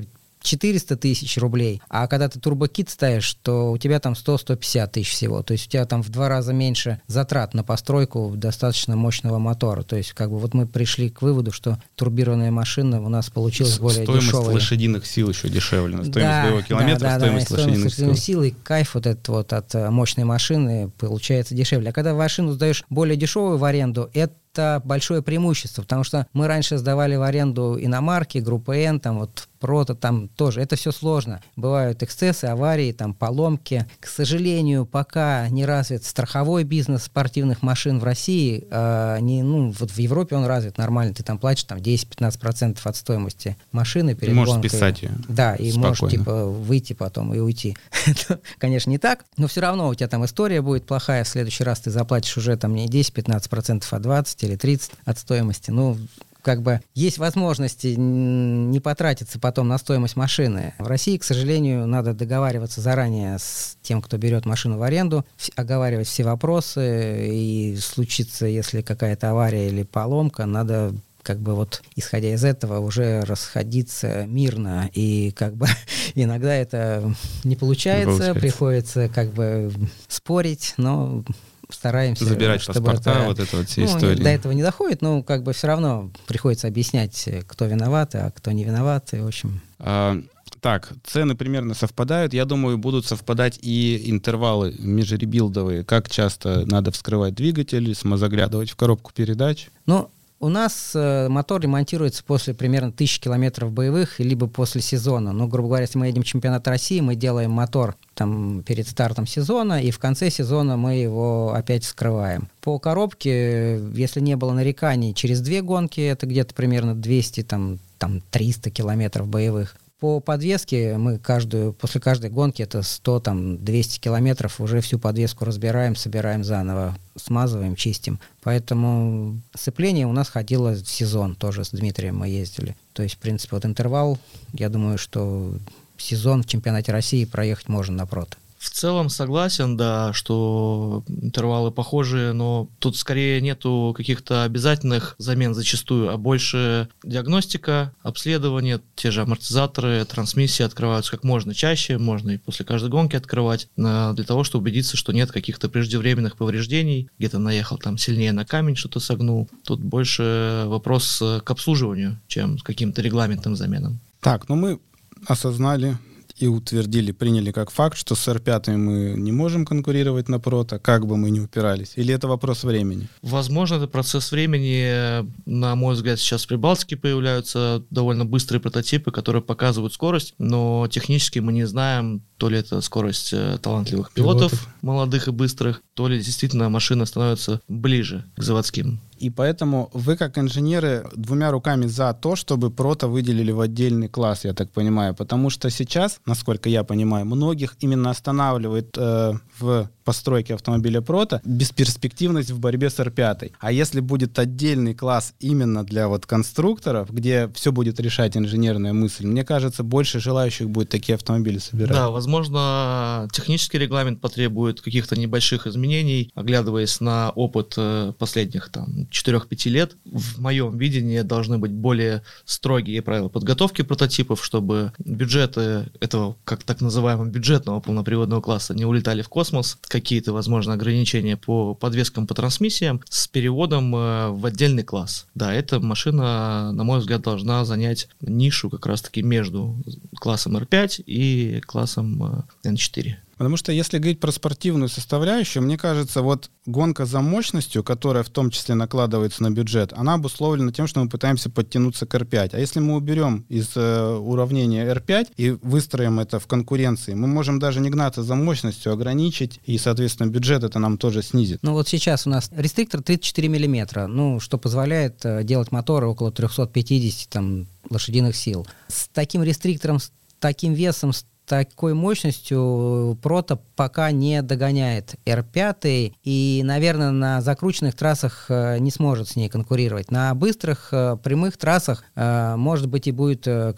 четыреста тысяч рублей, а когда ты турбокит ставишь, то у тебя там сто - сто пятьдесят тысяч всего. То есть у тебя там в два раза меньше затрат на постройку достаточно мощного мотора. То есть как бы вот мы пришли к выводу, что турбированная машина у нас получилась более стоимость дешевая. Стоимость лошадиных сил еще дешевле. Стоимость да, боевого километра, да, да, стоимость да, лошадиных стоимость сил. сил и кайф вот этот вот от мощной машины получается дешевле. А когда машину сдаешь более дешевую в аренду, это это большое преимущество, потому что мы раньше сдавали в аренду иномарки, группы N, там вот Прото, там тоже. Это все сложно. Бывают эксцессы, аварии, там поломки. К сожалению, пока не развит страховой бизнес спортивных машин в России, а не, ну, вот в Европе он развит нормально. Ты там платишь там десять-пятнадцать процентов от стоимости машины перед можешь гонкой. списать ее. Да, и спокойно. можешь типа выйти потом и уйти. Это, конечно, не так, но все равно у тебя там история будет плохая. В следующий раз ты заплатишь уже там не десять-пятнадцать процентов, а двадцать или тридцать от стоимости. Ну, как бы есть возможности не потратиться потом на стоимость машины. В России, к сожалению, надо договариваться заранее с тем, кто берет машину в аренду, оговаривать все вопросы, и случится, если какая-то авария или поломка, надо как бы вот, исходя из этого, уже расходиться мирно. И как бы иногда это не получается, не получается, приходится как бы спорить, но стараемся... Забирать чтобы паспорта, это, вот это вот все ну, истории. До этого не доходит, но как бы все равно приходится объяснять, кто виноват, а кто не виноват. И, в общем... А, так, цены примерно совпадают. Я думаю, будут совпадать и интервалы межребилдовые. Как часто надо вскрывать двигатель, самозаглядывать в коробку передач? Ну, у нас э, мотор ремонтируется после примерно тысячи километров боевых, либо после сезона. Ну, грубо говоря, если мы едем в чемпионат России, мы делаем мотор там перед стартом сезона, и в конце сезона мы его опять вскрываем. По коробке, если не было нареканий, через две гонки, это где-то примерно двести, там, там триста километров боевых. По подвеске мы каждую, после каждой гонки, это сто, там, двести километров, уже всю подвеску разбираем, собираем заново, смазываем, чистим. Поэтому сцепление у нас ходило в сезон, тоже с Дмитрием мы ездили. То есть, в принципе, вот интервал, я думаю, что сезон в чемпионате России проехать можно на Прото. В целом согласен, да, что интервалы похожие, но тут скорее нету каких-то обязательных замен зачастую, а больше диагностика, обследование, те же амортизаторы, трансмиссии открываются как можно чаще, можно и после каждой гонки открывать, для того, чтобы убедиться, что нет каких-то преждевременных повреждений, где-то наехал там сильнее на камень, что-то согнул. Тут больше вопрос к обслуживанию, чем к каким-то регламентным заменам. Так, ну мы осознали и утвердили, приняли как факт, что с эр пять мы не можем конкурировать на Прото, как бы мы ни упирались. Или это вопрос времени? Возможно, это процесс времени. На мой взгляд, сейчас в Прибалтике появляются довольно быстрые прототипы, которые показывают скорость, но технически мы не знаем, то ли это скорость талантливых пилотов, пилотов, молодых и быстрых, то ли действительно машина становится ближе к заводским. И поэтому вы, как инженеры, двумя руками за то, чтобы Прото выделили в отдельный класс, я так понимаю. Потому что сейчас, насколько я понимаю, многих именно останавливает э, в постройке автомобиля Прото бесперспективность в борьбе с эр пять. А если будет отдельный класс именно для вот конструкторов, где все будет решать инженерная мысль, мне кажется, больше желающих будет такие автомобили собирать. Да, возможно, технический регламент потребует каких-то небольших изменений, оглядываясь на опыт последних там четырех-пяти лет. В моем видении должны быть более строгие правила подготовки прототипов, чтобы бюджеты этого, как так называемого, бюджетного полноприводного класса не улетали в космос. Какие-то, возможно, ограничения по подвескам, по трансмиссиям с переводом э, в отдельный класс. Да, эта машина, на мой взгляд, должна занять нишу как раз-таки между классом эр пять и классом э, эн четыре. Потому что если говорить про спортивную составляющую, мне кажется, вот гонка за мощностью, которая в том числе накладывается на бюджет, она обусловлена тем, что мы пытаемся подтянуться к эр пять. А если мы уберем из э, уравнения эр пять и выстроим это в конкуренции, мы можем даже не гнаться за мощностью, ограничить, и, соответственно, бюджет это нам тоже снизит. Ну вот сейчас у нас рестриктор тридцать четыре миллиметра, ну, что позволяет э, делать моторы около триста пятьдесят там, лошадиных сил. С таким рестриктором, с таким весом, с такой мощностью Прото пока не догоняет эр пять, и, наверное, на закрученных трассах не сможет с ней конкурировать. На быстрых прямых трассах, может быть, и будет как бы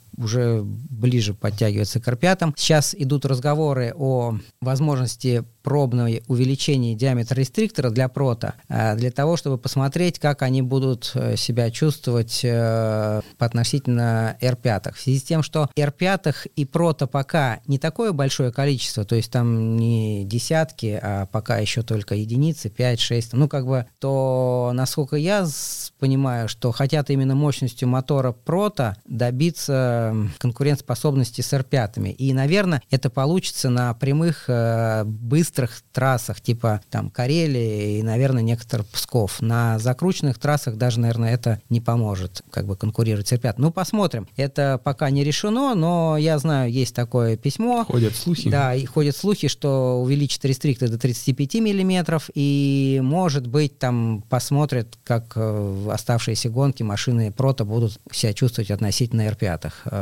уже ближе подтягивается к эр пять. Сейчас идут разговоры о возможности пробного увеличения диаметра рестриктора для прото, для того, чтобы посмотреть, как они будут себя чувствовать по относительно эр пять. В связи с тем, что эр пять и прото пока не такое большое количество, то есть там не десятки, а пока еще только единицы, пять-шесть, ну как бы, то, насколько я понимаю, что хотят именно мощностью мотора прото добиться конкурентоспособности с эр пять. И, наверное, это получится на прямых э, быстрых трассах, типа там Карелии и, наверное, некоторых Псков. На закрученных трассах даже, наверное, это не поможет как бы конкурировать с эр пять. Ну, посмотрим. Это пока не решено, но я знаю, есть такое письмо. Ходят слухи. Да, и ходят слухи, что увеличат рестриктор до тридцать пять миллиметров, и, может быть, там посмотрят, как в оставшиеся гонки машины прото будут себя чувствовать относительно эр пять.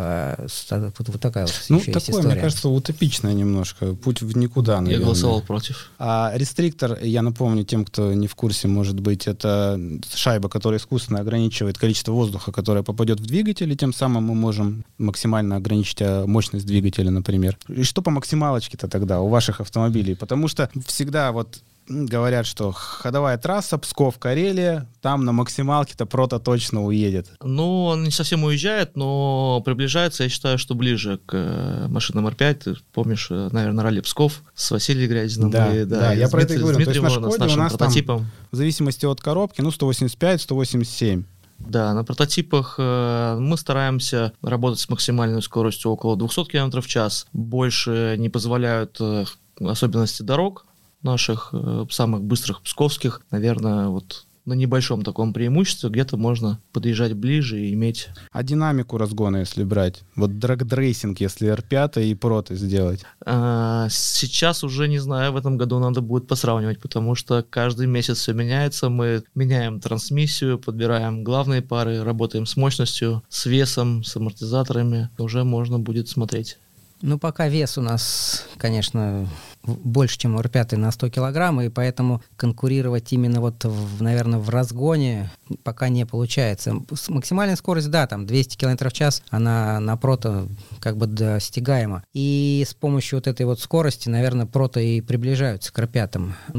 Вот, вот такая вот ну, еще такое, есть история. Мне кажется, утопичное немножко. Путь в никуда, наверное. Я голосовал против. А рестриктор, я напомню тем, кто не в курсе, может быть, это шайба, которая искусственно ограничивает количество воздуха, которое попадет в двигатель, и тем самым мы можем максимально ограничить мощность двигателя, например. И что по максималочке-то тогда у ваших автомобилей? Потому что всегда вот говорят, что ходовая трасса Псков, Карелия, там на максималке-то прото точно уедет. Ну, он не совсем уезжает, но приближается, я считаю, что ближе к машинам эр пять. Ты помнишь, наверное, ралли Псков с Василием Грязиным? Да, и, да, да я про это и говорю. То есть на Шкоде у нас прототипом. Там, в зависимости от коробки, ну, сто восемьдесят пять - сто восемьдесят семь. Да, на прототипах э, мы стараемся работать с максимальной скоростью около двести километров в час. Больше не позволяют э, особенности дорог наших, э, самых быстрых псковских. Наверное, вот на небольшом таком преимуществе где-то можно подъезжать ближе и иметь... А динамику разгона, если брать? Вот драгдрейсинг, если эр пять и прото сделать? А, сейчас уже не знаю, в этом году надо будет посравнивать, потому что каждый месяц все меняется. Мы меняем трансмиссию, подбираем главные пары, работаем с мощностью, с весом, с амортизаторами. Уже можно будет смотреть. Ну, пока вес у нас, конечно, больше, чем у эр пять на сто килограмм, и поэтому конкурировать именно вот, в, наверное, в разгоне пока не получается. Максимальная скорость, да, там двести километров в час, она на прото как бы достигаема. И с помощью вот этой вот скорости, наверное, прото и приближаются к эр пять.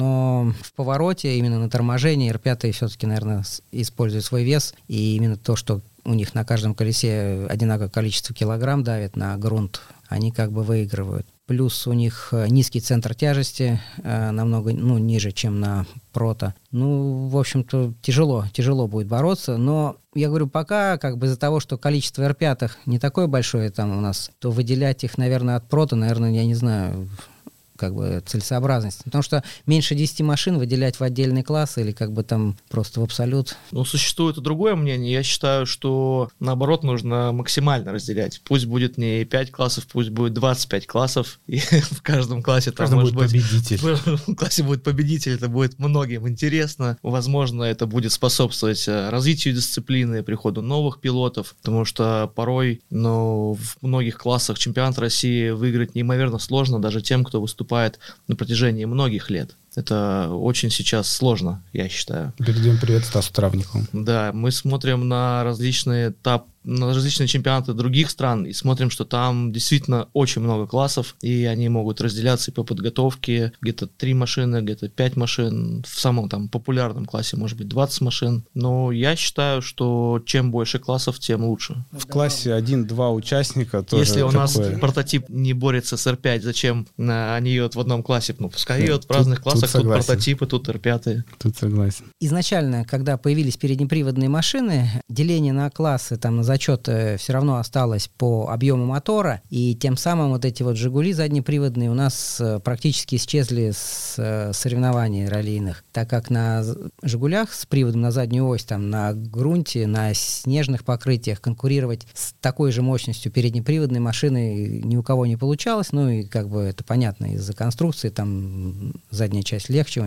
Но в повороте, именно на торможении, эр пять все-таки, наверное, использует свой вес, и именно то, что у них на каждом колесе одинаковое количество килограмм давит на грунт, они как бы выигрывают. Плюс у них низкий центр тяжести, э, намного ну, ниже, чем на прото. Ну, в общем-то, тяжело, тяжело будет бороться, но я говорю, пока как бы из-за того, что количество эр пять не такое большое там у нас, то выделять их, наверное, от прото, наверное, я не знаю, как бы целесообразность. Потому что меньше десяти машин выделять в отдельный класс или как бы там просто в абсолют. Ну, существует и другое мнение. Я считаю, что наоборот нужно максимально разделять. Пусть будет не пять классов, пусть будет двадцать пять классов, и в каждом классе там может будет победитель. В классе будет победитель, это будет многим интересно. Возможно, это будет способствовать развитию дисциплины, приходу новых пилотов, потому что порой, ну, в многих классах чемпионат России выиграть неимоверно сложно даже тем, кто выступает на протяжении многих лет. Это очень сейчас сложно, я считаю. Передаем привет Стасу Травникову. Да, мы смотрим на различные этапы, на различные чемпионаты других стран и смотрим, что там действительно очень много классов, и они могут разделяться и по подготовке. Где-то три машины, где-то пять машин. В самом там популярном классе может быть двадцать машин. Но я считаю, что чем больше классов, тем лучше. В классе один-два участника тоже. Если у нас такое... прототип не борется с эр пять, зачем они едут в одном классе? Ну, пускай едут в разных классах, тут, тут прототипы, тут эр пять. Тут согласен. Изначально, когда появились переднеприводные машины, деление на классы, там, на зачет все равно осталось по объему мотора, и тем самым вот эти вот «Жигули» заднеприводные у нас практически исчезли с соревнований раллийных, так как на «Жигулях» с приводом на заднюю ось, там, на грунте, на снежных покрытиях конкурировать с такой же мощностью переднеприводной машины ни у кого не получалось, ну и как бы это понятно из-за конструкции, там задняя часть легче у нее.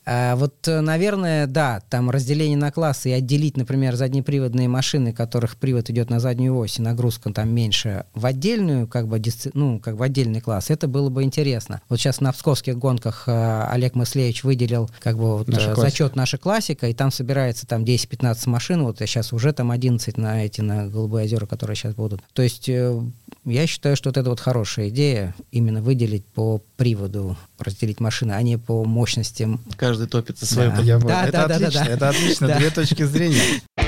А вот, наверное, да, там разделение на классы и отделить, например, заднеприводные машины, которых привод идет на заднюю ось, и нагрузка там меньше, в отдельную, как бы, дисци... ну, как в отдельный класс, это было бы интересно. Вот сейчас на псковских гонках э, Олег Мыслевич выделил, как бы, вот, наша зачет «Наша классика», и там собирается там десять-пятнадцать машин, вот сейчас уже там одиннадцать на эти, на Голубые озера, которые сейчас будут. То есть э, я считаю, что вот это вот хорошая идея, именно выделить по приводу, разделить машины, а не по мощностям. Каждый топит за свою. Да. Я Да, это да, да, отлично, да, да. это отлично, Да. две точки зрения.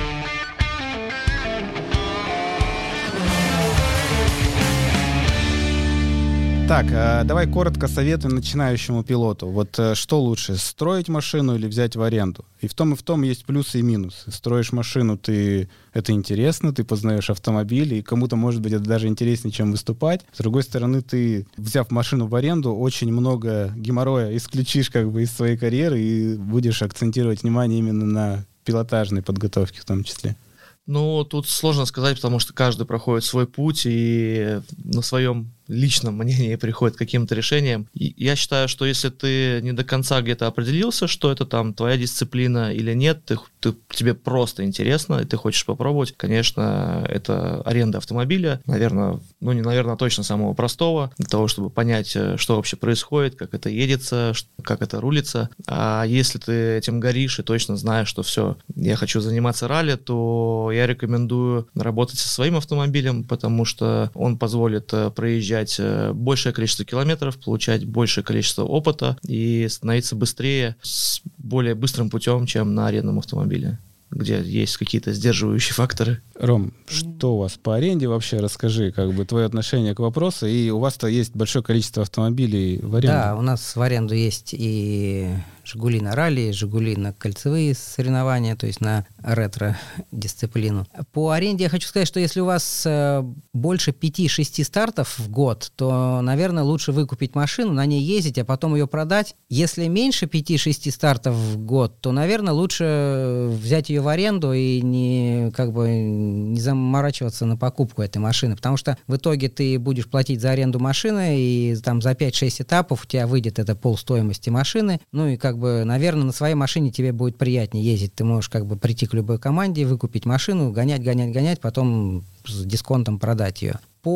Так, а давай коротко советуем начинающему пилоту. Вот э, что лучше, строить машину или взять в аренду? И в том, и в том есть плюсы и минусы. Строишь машину, ты это интересно, ты познаешь автомобиль, и кому-то, может быть, это даже интереснее, чем выступать. С другой стороны, ты, взяв машину в аренду, очень много геморроя исключишь как бы из своей карьеры и будешь акцентировать внимание именно на пилотажной подготовке в том числе. Ну, тут сложно сказать, потому что каждый проходит свой путь и на своем личном мнении приходит к каким-то решениям. И я считаю, что если ты не до конца где-то определился, что это там твоя дисциплина или нет, ты, ты, тебе просто интересно, и ты хочешь попробовать, конечно, это аренда автомобиля, наверное, ну не наверное, точно самого простого, для того, чтобы понять, что вообще происходит, как это едется, как это рулится. А если ты этим горишь и точно знаешь, что все, я хочу заниматься ралли, то я рекомендую работать со своим автомобилем, потому что он позволит проезжать большее количество километров, получать большее количество опыта и становиться быстрее с более быстрым путем, чем на арендном автомобиле, где есть какие-то сдерживающие факторы. Ром, что у вас по аренде вообще? Расскажи, как бы, твое отношение к вопросу. И у вас-то есть большое количество автомобилей в аренду. Да, у нас в аренду есть и «Жигули» на ралли, «Жигули» на кольцевые соревнования, то есть на ретро-дисциплину. По аренде я хочу сказать, что если у вас э, больше пяти-шести стартов в год, то, наверное, лучше выкупить машину, на ней ездить, а потом ее продать. Если меньше пяти-шести стартов в год, то, наверное, лучше взять ее в аренду и не, как бы, не заморачиваться на покупку этой машины, потому что в итоге ты будешь платить за аренду машины, и там за пять-шесть этапов у тебя выйдет это полстоимости машины, ну и как бы, наверное, на своей машине тебе будет приятнее ездить. Ты можешь как бы прийти к любой команде, выкупить машину, гонять, гонять, гонять, потом с дисконтом продать ее.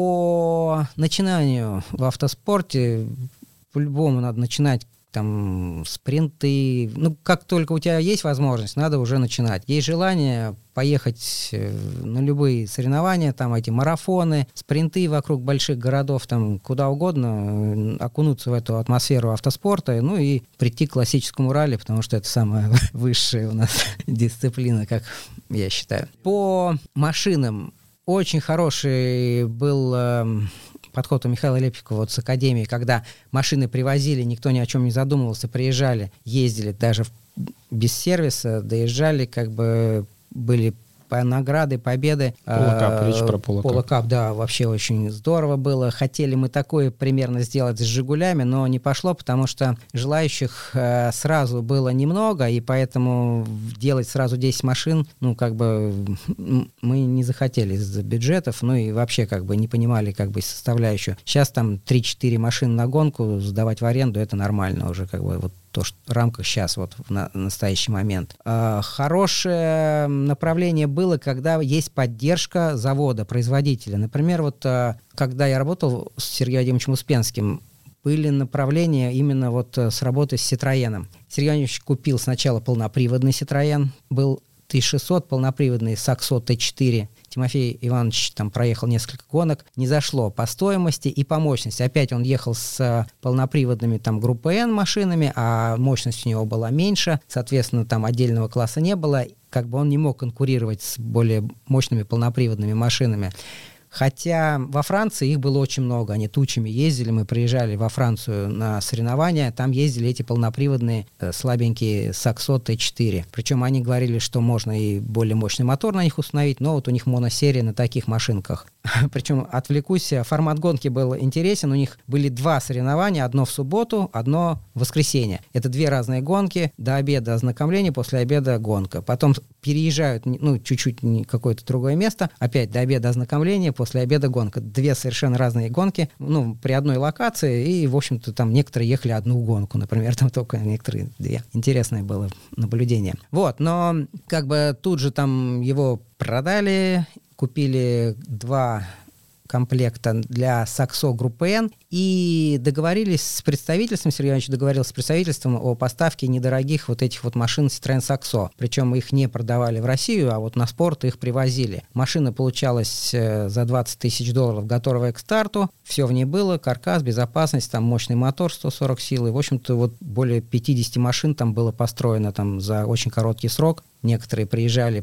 По начинанию в автоспорте по-любому надо начинать там спринты, ну, как только у тебя есть возможность, надо уже начинать. Есть желание поехать на любые соревнования, там эти марафоны, спринты вокруг больших городов, там куда угодно, окунуться в эту атмосферу автоспорта, ну и прийти к классическому ралли, потому что это самая высшая у нас дисциплина, как я считаю. По машинам очень хороший был подход у Михаила Лепикова вот с академии, когда машины привозили, никто ни о чем не задумывался, приезжали, ездили даже без сервиса, доезжали, как бы были по награды, победы. Полокап, речь про полокап. Полокап, да, вообще очень здорово было. Хотели мы такое примерно сделать с «Жигулями», но не пошло, потому что желающих э, сразу было немного, и поэтому делать сразу десять машин, ну, как бы мы не захотели из-за бюджетов, ну и вообще как бы не понимали как бы составляющую. Сейчас там три-четыре машины на гонку сдавать в аренду, это нормально уже как бы вот то, что в рамках сейчас, вот в на, настоящий момент. А, хорошее направление было, когда есть поддержка завода, производителя. Например, вот а, когда я работал с Сергеем Вадимовичем Успенским, были направления именно вот с работы с Ситроеном. Сергей Вадимович купил сначала полноприводный Ситроен, был тысяча шестьсот, полноприводный Саксо Т четыре. Тимофей Иванович там проехал несколько гонок, не зашло по стоимости и по мощности. Опять он ехал с полноприводными там группы N машинами, а мощность у него была меньше, соответственно, там отдельного класса не было, как бы он не мог конкурировать с более мощными полноприводными машинами. Хотя во Франции их было очень много, они тучами ездили, мы приезжали во Францию на соревнования, там ездили эти полноприводные э, слабенькие Саксо Т четыре. Причем они говорили, что можно и более мощный мотор на них установить, но вот у них моносерия на таких машинках. Причем, отвлекусь, формат гонки был интересен, у них были два соревнования, одно в субботу, одно в воскресенье. Это две разные гонки, до обеда ознакомление, после обеда гонка. Потом переезжают, ну, чуть-чуть какое-то другое место, опять до обеда ознакомление, после после обеда гонка. Две совершенно разные гонки, ну, при одной локации, и, в общем-то, там некоторые ехали одну гонку, например, там только некоторые две. Интересное было наблюдение. Вот, но как бы тут же там его продали, купили два комплекта для Саксо группы N и договорились с представительством, Сергей Иванович договорился с представительством о поставке недорогих вот этих вот машин Citroёn Saxo. Причем их не продавали в Россию, а вот на спорт их привозили. Машина получалась за двадцать тысяч долларов, готовая к старту. Все в ней было, каркас, безопасность, там мощный мотор сто сорок сил. И, в общем-то, вот более пятьдесят машин там было построено там за очень короткий срок. Некоторые приезжали,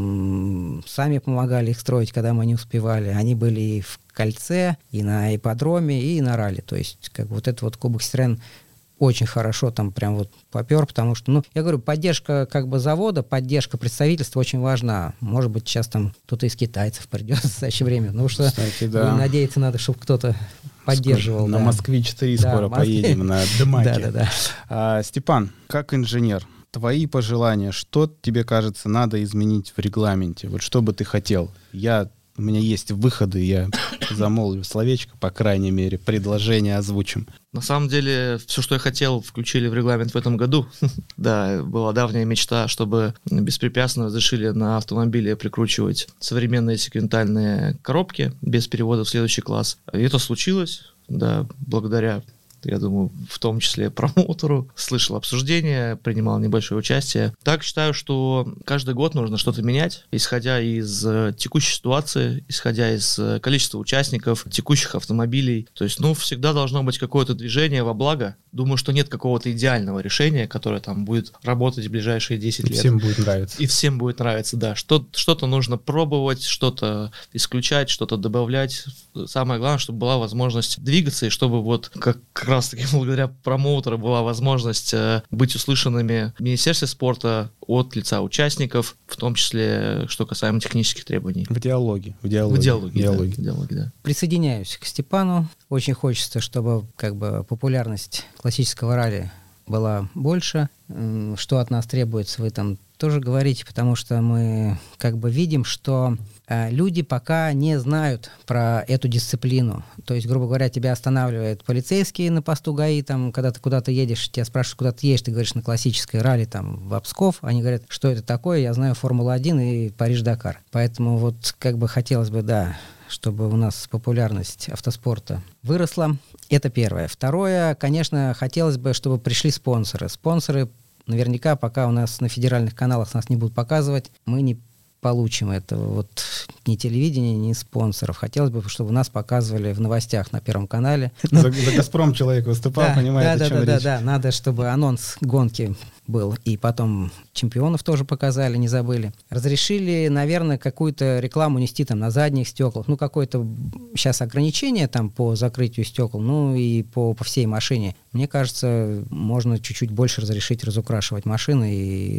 прям сами помогали их строить, когда мы не успевали. Они были и в кольце, и на ипподроме, и на ралли. То есть, как вот этот вот Кубок Citroёn очень хорошо там прям вот попер, потому что, ну, я говорю, поддержка как бы завода, поддержка представительства очень важна. Может быть, сейчас там кто-то из китайцев придет в настоящее время. Ну, что Кстати, да. надеяться надо, чтобы кто-то поддерживал. На да. Москве четыре Да, скоро Моск- поедем, на Демаке. Да, да, да. А, Степан, как инженер, твои пожелания, что тебе кажется надо изменить в регламенте? Вот что бы ты хотел? Я, у меня есть выходы, я замолвлю словечко, по крайней мере, предложение озвучим. На самом деле, все, что я хотел, включили в регламент в этом году. Да, была давняя мечта, чтобы беспрепятственно разрешили на автомобиле прикручивать современные секвентальные коробки без перевода в следующий класс. И это случилось, да, благодаря, я думаю, в том числе промоутеру, слышал обсуждение, принимал небольшое участие. Так считаю, что каждый год нужно что-то менять, исходя из текущей ситуации, исходя из количества участников, текущих автомобилей. То есть, ну, всегда должно быть какое-то движение во благо. Думаю, что нет какого-то идеального решения, которое там будет работать в ближайшие десять лет. Всем будет нравиться. И всем будет нравиться, да. Что- что-то нужно пробовать, что-то исключать, что-то добавлять. Самое главное, чтобы была возможность двигаться, и чтобы вот как, как раз-таки благодаря промоутеру была возможность э, быть услышанными в Министерстве спорта от лица участников, в том числе, что касаемо технических требований. В диалоге. В диалоге. В диалоге, В диалоге. Да, в диалоге, да. Присоединяюсь к Степану. Очень хочется, чтобы как бы популярность классического ралли была больше. М, Что от нас требуется, вы там тоже говорите, потому что мы как бы видим, что э, люди пока не знают про эту дисциплину. То есть, грубо говоря, тебя останавливает полицейский на посту ГАИ, там, когда ты куда-то едешь, тебя спрашивают, куда ты едешь, ты говоришь на классическое ралли там, в Псков, они говорят, что это такое, я знаю Формулу один и Париж-Дакар. Поэтому вот как бы хотелось бы, да, чтобы у нас популярность автоспорта выросла. Это первое. Второе, конечно, хотелось бы, чтобы пришли спонсоры. Спонсоры наверняка, пока у нас на федеральных каналах нас не будут показывать, мы не получим этого. Вот ни телевидения, ни спонсоров. Хотелось бы, чтобы нас показывали в новостях на Первом канале. За, за «Газпром» человек выступал, Да, понимает, да, о чем да, речь. да, да, надо, чтобы анонс гонки был. И потом чемпионов тоже показали, не забыли. Разрешили, наверное, какую-то рекламу нести там на задних стеклах. Ну, какое-то сейчас ограничение там по закрытию стекол, ну и по, по всей машине. Мне кажется, можно чуть-чуть больше разрешить разукрашивать машины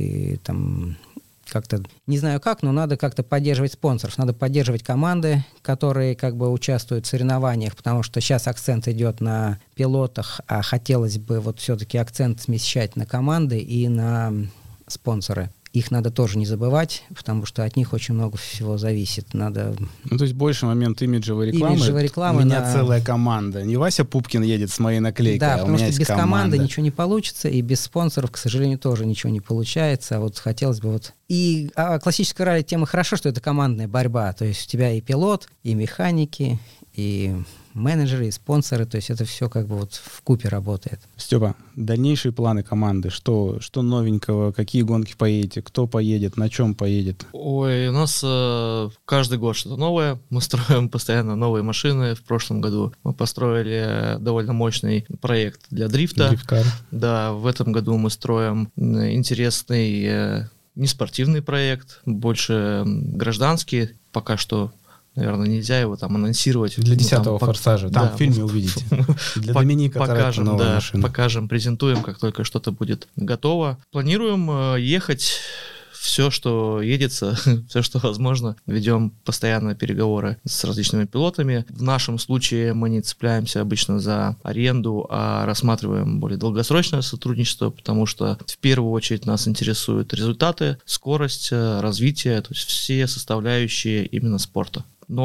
и там... как-то, не знаю как, но надо как-то поддерживать спонсоров, надо поддерживать команды, которые как бы участвуют в соревнованиях, потому что сейчас акцент идет на пилотах, а хотелось бы вот все-таки акцент смещать на команды и на спонсоры. Их надо тоже не забывать, потому что от них очень много всего зависит. Надо... Ну, то есть больше момент имиджевой рекламы. Имиджевой рекламы У меня на... целая команда. Не Вася Пупкин едет с моей наклейкой, Да, а у потому меня что есть без команда. команды ничего не получится, и без спонсоров, к сожалению, тоже ничего не получается. А вот хотелось бы вот... И а, классическая ралли тема хорошо, что это командная борьба. То есть у тебя и пилот, и механики, и менеджеры, и спонсоры. То есть это все как бы вот вкупе работает. Степа, дальнейшие планы команды. Что, что новенького? Какие гонки поедете? Кто поедет? На чем поедет? Ой, у нас э, каждый год что-то новое. Мы строим постоянно новые машины. В прошлом году мы построили довольно мощный проект для дрифта. Дрифткар. Да, в этом году мы строим м, интересный э, неспортивный проект, больше м, гражданский. Пока что, наверное, нельзя его там анонсировать. Для Ну, десятого там, «Форсажа». Там да, в фильме увидите. Для Пок- Доминика Торетто покажем, новая да, машина. покажем, презентуем, как только что-то будет готово. Планируем э, ехать все, что едется, все, что возможно. Ведем постоянно переговоры с различными пилотами. В нашем случае мы не цепляемся обычно за аренду, а рассматриваем более долгосрочное сотрудничество, потому что в первую очередь нас интересуют результаты, скорость, э, развитие, то есть все составляющие именно спорта. Но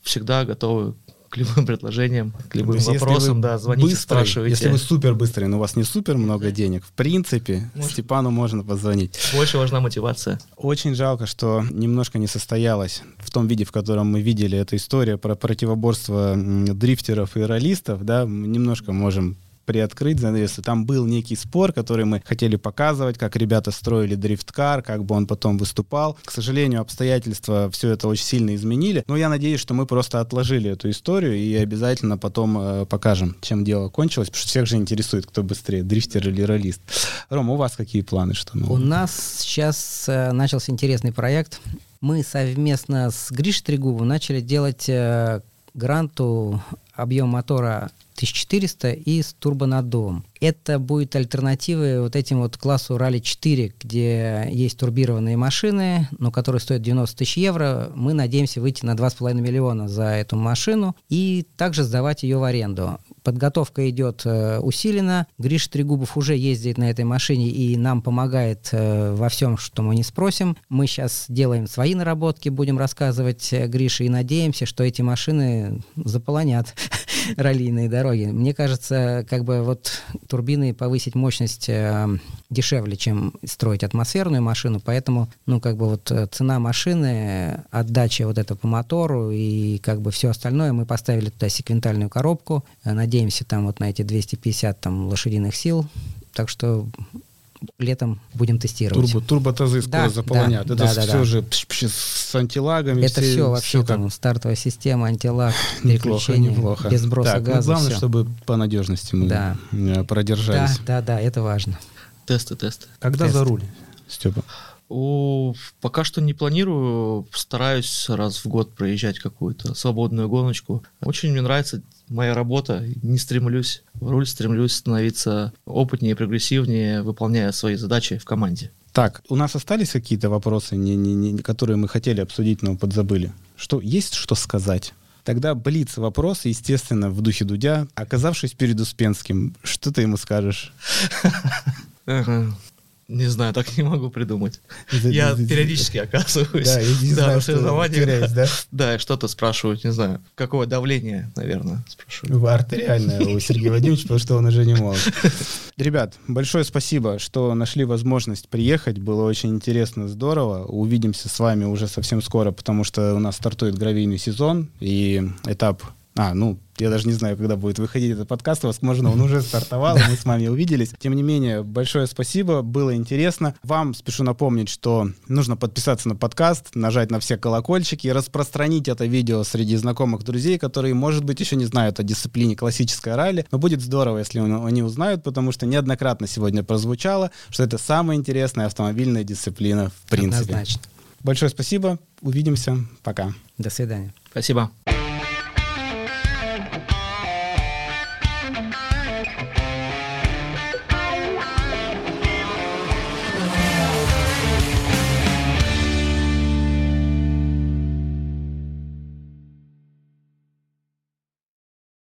всегда готовы к любым предложениям, к любым есть, вопросам, да, звоните, быстрый, спрашивайте. Если вы супер быстрый, но у вас не супер много денег, в принципе, Может, Степану можно позвонить. Больше важна мотивация. Очень жалко, что немножко не состоялось в том виде, в котором мы видели эту историю про противоборство дрифтеров и раллистов, да, мы немножко можем приоткрыть занавесу. Там был некий спор, который мы хотели показывать, как ребята строили дрифткар, как бы он потом выступал. К сожалению, обстоятельства все это очень сильно изменили, но я надеюсь, что мы просто отложили эту историю и обязательно потом э, покажем, чем дело кончилось, потому что всех же интересует, кто быстрее, дрифтер или раллист. Рома, у вас какие планы? Что, ну... У нас сейчас э, начался интересный проект. Мы совместно с Гришей Трегубовым начали делать э, гранту объем мотора тысяча четыреста и с турбонаддувом. Это будет альтернативой вот этим вот классу ралли четыре, где есть турбированные машины, но которые стоят девяносто тысяч евро. Мы надеемся выйти на два с половиной миллиона за эту машину и также сдавать ее в аренду. Подготовка идет э, усиленно. Гриша Трегубов уже ездит на этой машине и нам помогает э, во всем, что мы не спросим. Мы сейчас делаем свои наработки, будем рассказывать э, Грише и надеемся, что эти машины заполонят раллийные дороги. Мне кажется, как бы вот турбины повысить мощность э, дешевле, чем строить атмосферную машину, поэтому, ну, как бы вот цена машины, отдача вот это по мотору и как бы все остальное, мы поставили туда секвентальную коробку, надеемся там вот на эти двести пятьдесят там лошадиных сил, так что летом будем тестировать. Турбо, турботазы скоро да, заполонят. Да, это да, все да, же пш, пш, с антилагами. Это все, все вообще все там как... стартовая система, антилаг, переключение, неплохо. без сброса так, газа. Ну, главное, все. чтобы по надежности мы да. продержались. Да, да, да, это важно. Тесты, тесты. Когда Тест. за руль, Степа? О, пока что не планирую, стараюсь раз в год проезжать какую-то свободную гоночку. Очень мне нравится моя работа, не стремлюсь в руль, стремлюсь становиться опытнее, прогрессивнее, выполняя свои задачи в команде. Так, у нас остались какие-то вопросы, не, не, не, которые мы хотели обсудить, но подзабыли? Что, есть что сказать? Тогда блиц вопрос, естественно, в духе Дудя. Оказавшись перед Успенским, что ты ему скажешь? Не знаю, так не могу придумать. Я периодически оказываюсь. Да, я не знаю, что теряюсь, да? Да, что-то спрашивают, не знаю. Какое давление, наверное, спрашивают. Артериальное у Сергея Вадимовича, потому что он уже не молод. Ребят, большое спасибо, что нашли возможность приехать. Было очень интересно, здорово. Увидимся с вами уже совсем скоро, потому что у нас стартует гравийный сезон и этап... А, ну, я даже не знаю, когда будет выходить этот подкаст. Возможно, он уже стартовал, и мы с вами увиделись. Тем не менее, большое спасибо, было интересно. Вам спешу напомнить, что нужно подписаться на подкаст, нажать на все колокольчики, распространить это видео среди знакомых друзей, которые, может быть, еще не знают о дисциплине классической ралли. Но будет здорово, если они узнают, потому что неоднократно сегодня прозвучало, что это самая интересная автомобильная дисциплина в принципе. Однозначно. Большое спасибо, увидимся, пока. До свидания. Спасибо.